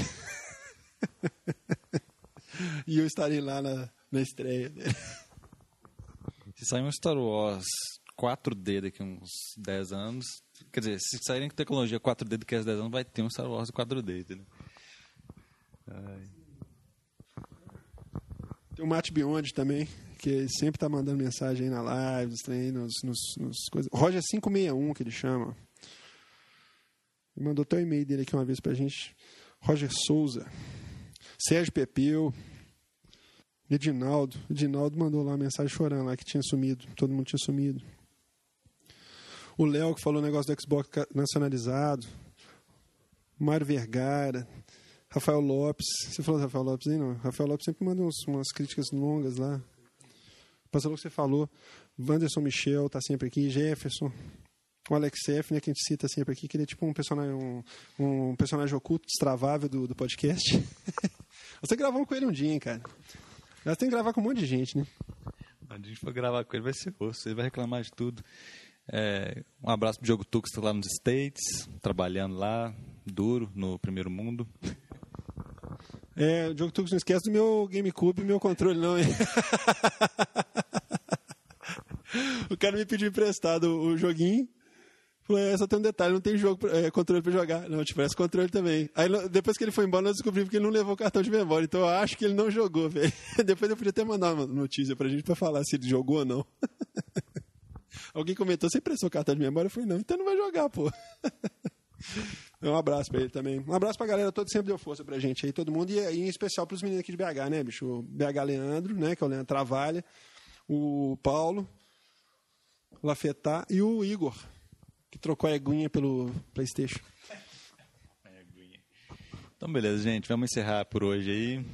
E eu estarei lá na, na estreia, velho. Se sair um Star Wars quatro D daqui a uns dez anos, quer dizer, se saírem com tecnologia quatro D daqui a dez anos, vai ter um Star Wars quatro D, entendeu? Ai. Tem o Matt Beyond também, que sempre tá mandando mensagem aí na live, nos treinos, nos, nos coisas. Roger cinco seis um, que ele chama. Ele mandou até o e-mail dele aqui uma vez pra gente. Roger Souza. Sérgio Pepeu. Edinaldo. Edinaldo mandou lá uma mensagem chorando lá que tinha sumido. Todo mundo tinha sumido. O Léo, que falou o negócio do Xbox nacionalizado. Mário Vergara. Rafael Lopes. Você falou do Rafael Lopes aí, não? Rafael Lopes sempre manda uns, umas críticas longas lá. Passou o que você falou. Wanderson Michel tá sempre aqui. Jefferson. O Alex F, né, que a gente cita sempre aqui, que ele é tipo um personagem, um, um personagem oculto, destravável do, do podcast. Você gravou com ele um dia, hein, cara? Nós tem que gravar com um monte de gente, né? A gente for gravar com ele, vai ser osso, ele vai reclamar de tudo. É, um abraço pro Diogo Tux, tá lá nos States, trabalhando lá, duro, no primeiro mundo. É, o Diogo Tux, não esquece do meu GameCube e meu controle, não, hein? O cara me pediu emprestado o joguinho. Falei, é, só tem um detalhe, não tem jogo, é, controle pra jogar. Não, te parece controle também. Aí depois que ele foi embora, nós descobrimos que ele não levou o cartão de memória. Então eu acho que ele não jogou, velho. Depois eu podia até mandar uma notícia pra gente pra falar se ele jogou ou não. Alguém comentou, você emprestou o cartão de memória? Eu falei, não, então não vai jogar, pô. Um abraço pra ele também. Um abraço pra galera toda que sempre deu força pra gente aí, todo mundo. E, e em especial pros meninos aqui de B H, né, bicho? O B H Leandro, né, que é o Leandro Travalha. O Paulo Lafetá e o Igor, que trocou a eguinha pelo PlayStation. Então, beleza, gente. Vamos encerrar por hoje aí.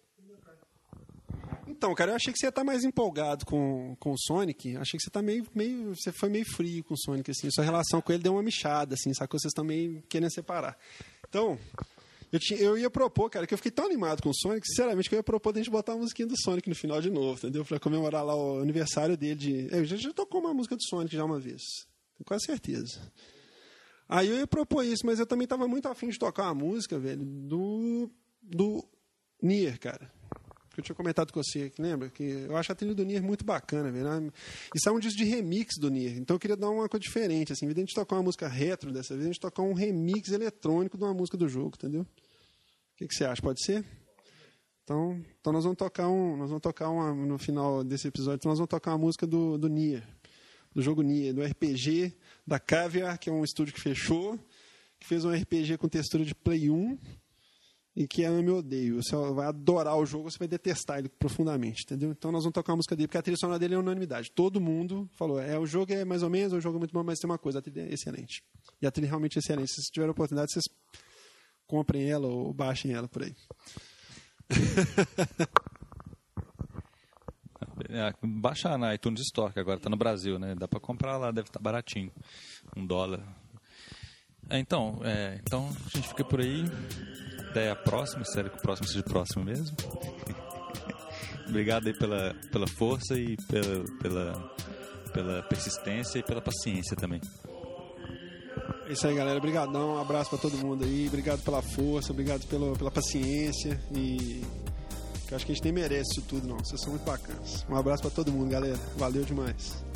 Então, cara, eu achei que você ia estar mais empolgado com, com o Sonic. Achei que você tá meio, meio, você foi meio frio com o Sonic, assim. Sua relação com ele deu uma michada, assim, sacou? Vocês estão meio querendo separar. Então, eu, tinha, eu ia propor, cara, que eu fiquei tão animado com o Sonic, sinceramente, que eu ia propor de a gente botar a musiquinha do Sonic no final de novo, entendeu? Pra comemorar lá o aniversário dele de... Eu já, já tocou uma música do Sonic já uma vez. Tenho quase certeza. Aí eu ia propor isso, mas eu também tava muito afim de tocar uma música, velho, do... do Nier, cara. Que eu tinha comentado com você, que lembra? Que eu acho a trilha do Nier muito bacana, velho. Isso é um disco de remix do Nier. Então eu queria dar uma coisa diferente, assim. Em vez de a gente tocar uma música retro dessa vez, a gente tocar um remix eletrônico de uma música do jogo, entendeu? O que, que você acha? Pode ser? Então, então nós vamos tocar um. Nós vamos tocar uma. No final desse episódio, então nós vamos tocar uma música do, do Nier. Do jogo Nier, do R P G da Caviar, que é um estúdio que fechou, que fez um R P G com textura de Play um. E que ama e odeio. Você vai adorar o jogo, você vai detestar ele profundamente, entendeu? Então nós vamos tocar uma música dele, porque a trilha sonora dele é unanimidade. Todo mundo falou, é, o jogo é mais ou menos, o jogo é muito bom, mas tem uma coisa, a trilha é excelente. E a trilha é realmente excelente. Se vocês tiverem a oportunidade, vocês comprem ela ou baixem ela por aí. É, baixa na iTunes Store, que agora está no Brasil, né? Dá para comprar lá, deve estar baratinho. Um dólar. É, então, é, então, a gente fica por aí. Até a próxima, espero que o próximo seja o próximo mesmo. Obrigado aí pela, pela força e pela, pela, pela persistência e pela paciência também. É isso aí, galera. Obrigadão. Um abraço pra todo mundo aí. Obrigado pela força, obrigado pela, pela paciência. E que eu acho que a gente nem merece isso tudo, não. Vocês são muito bacanas. Um abraço pra todo mundo, galera. Valeu demais.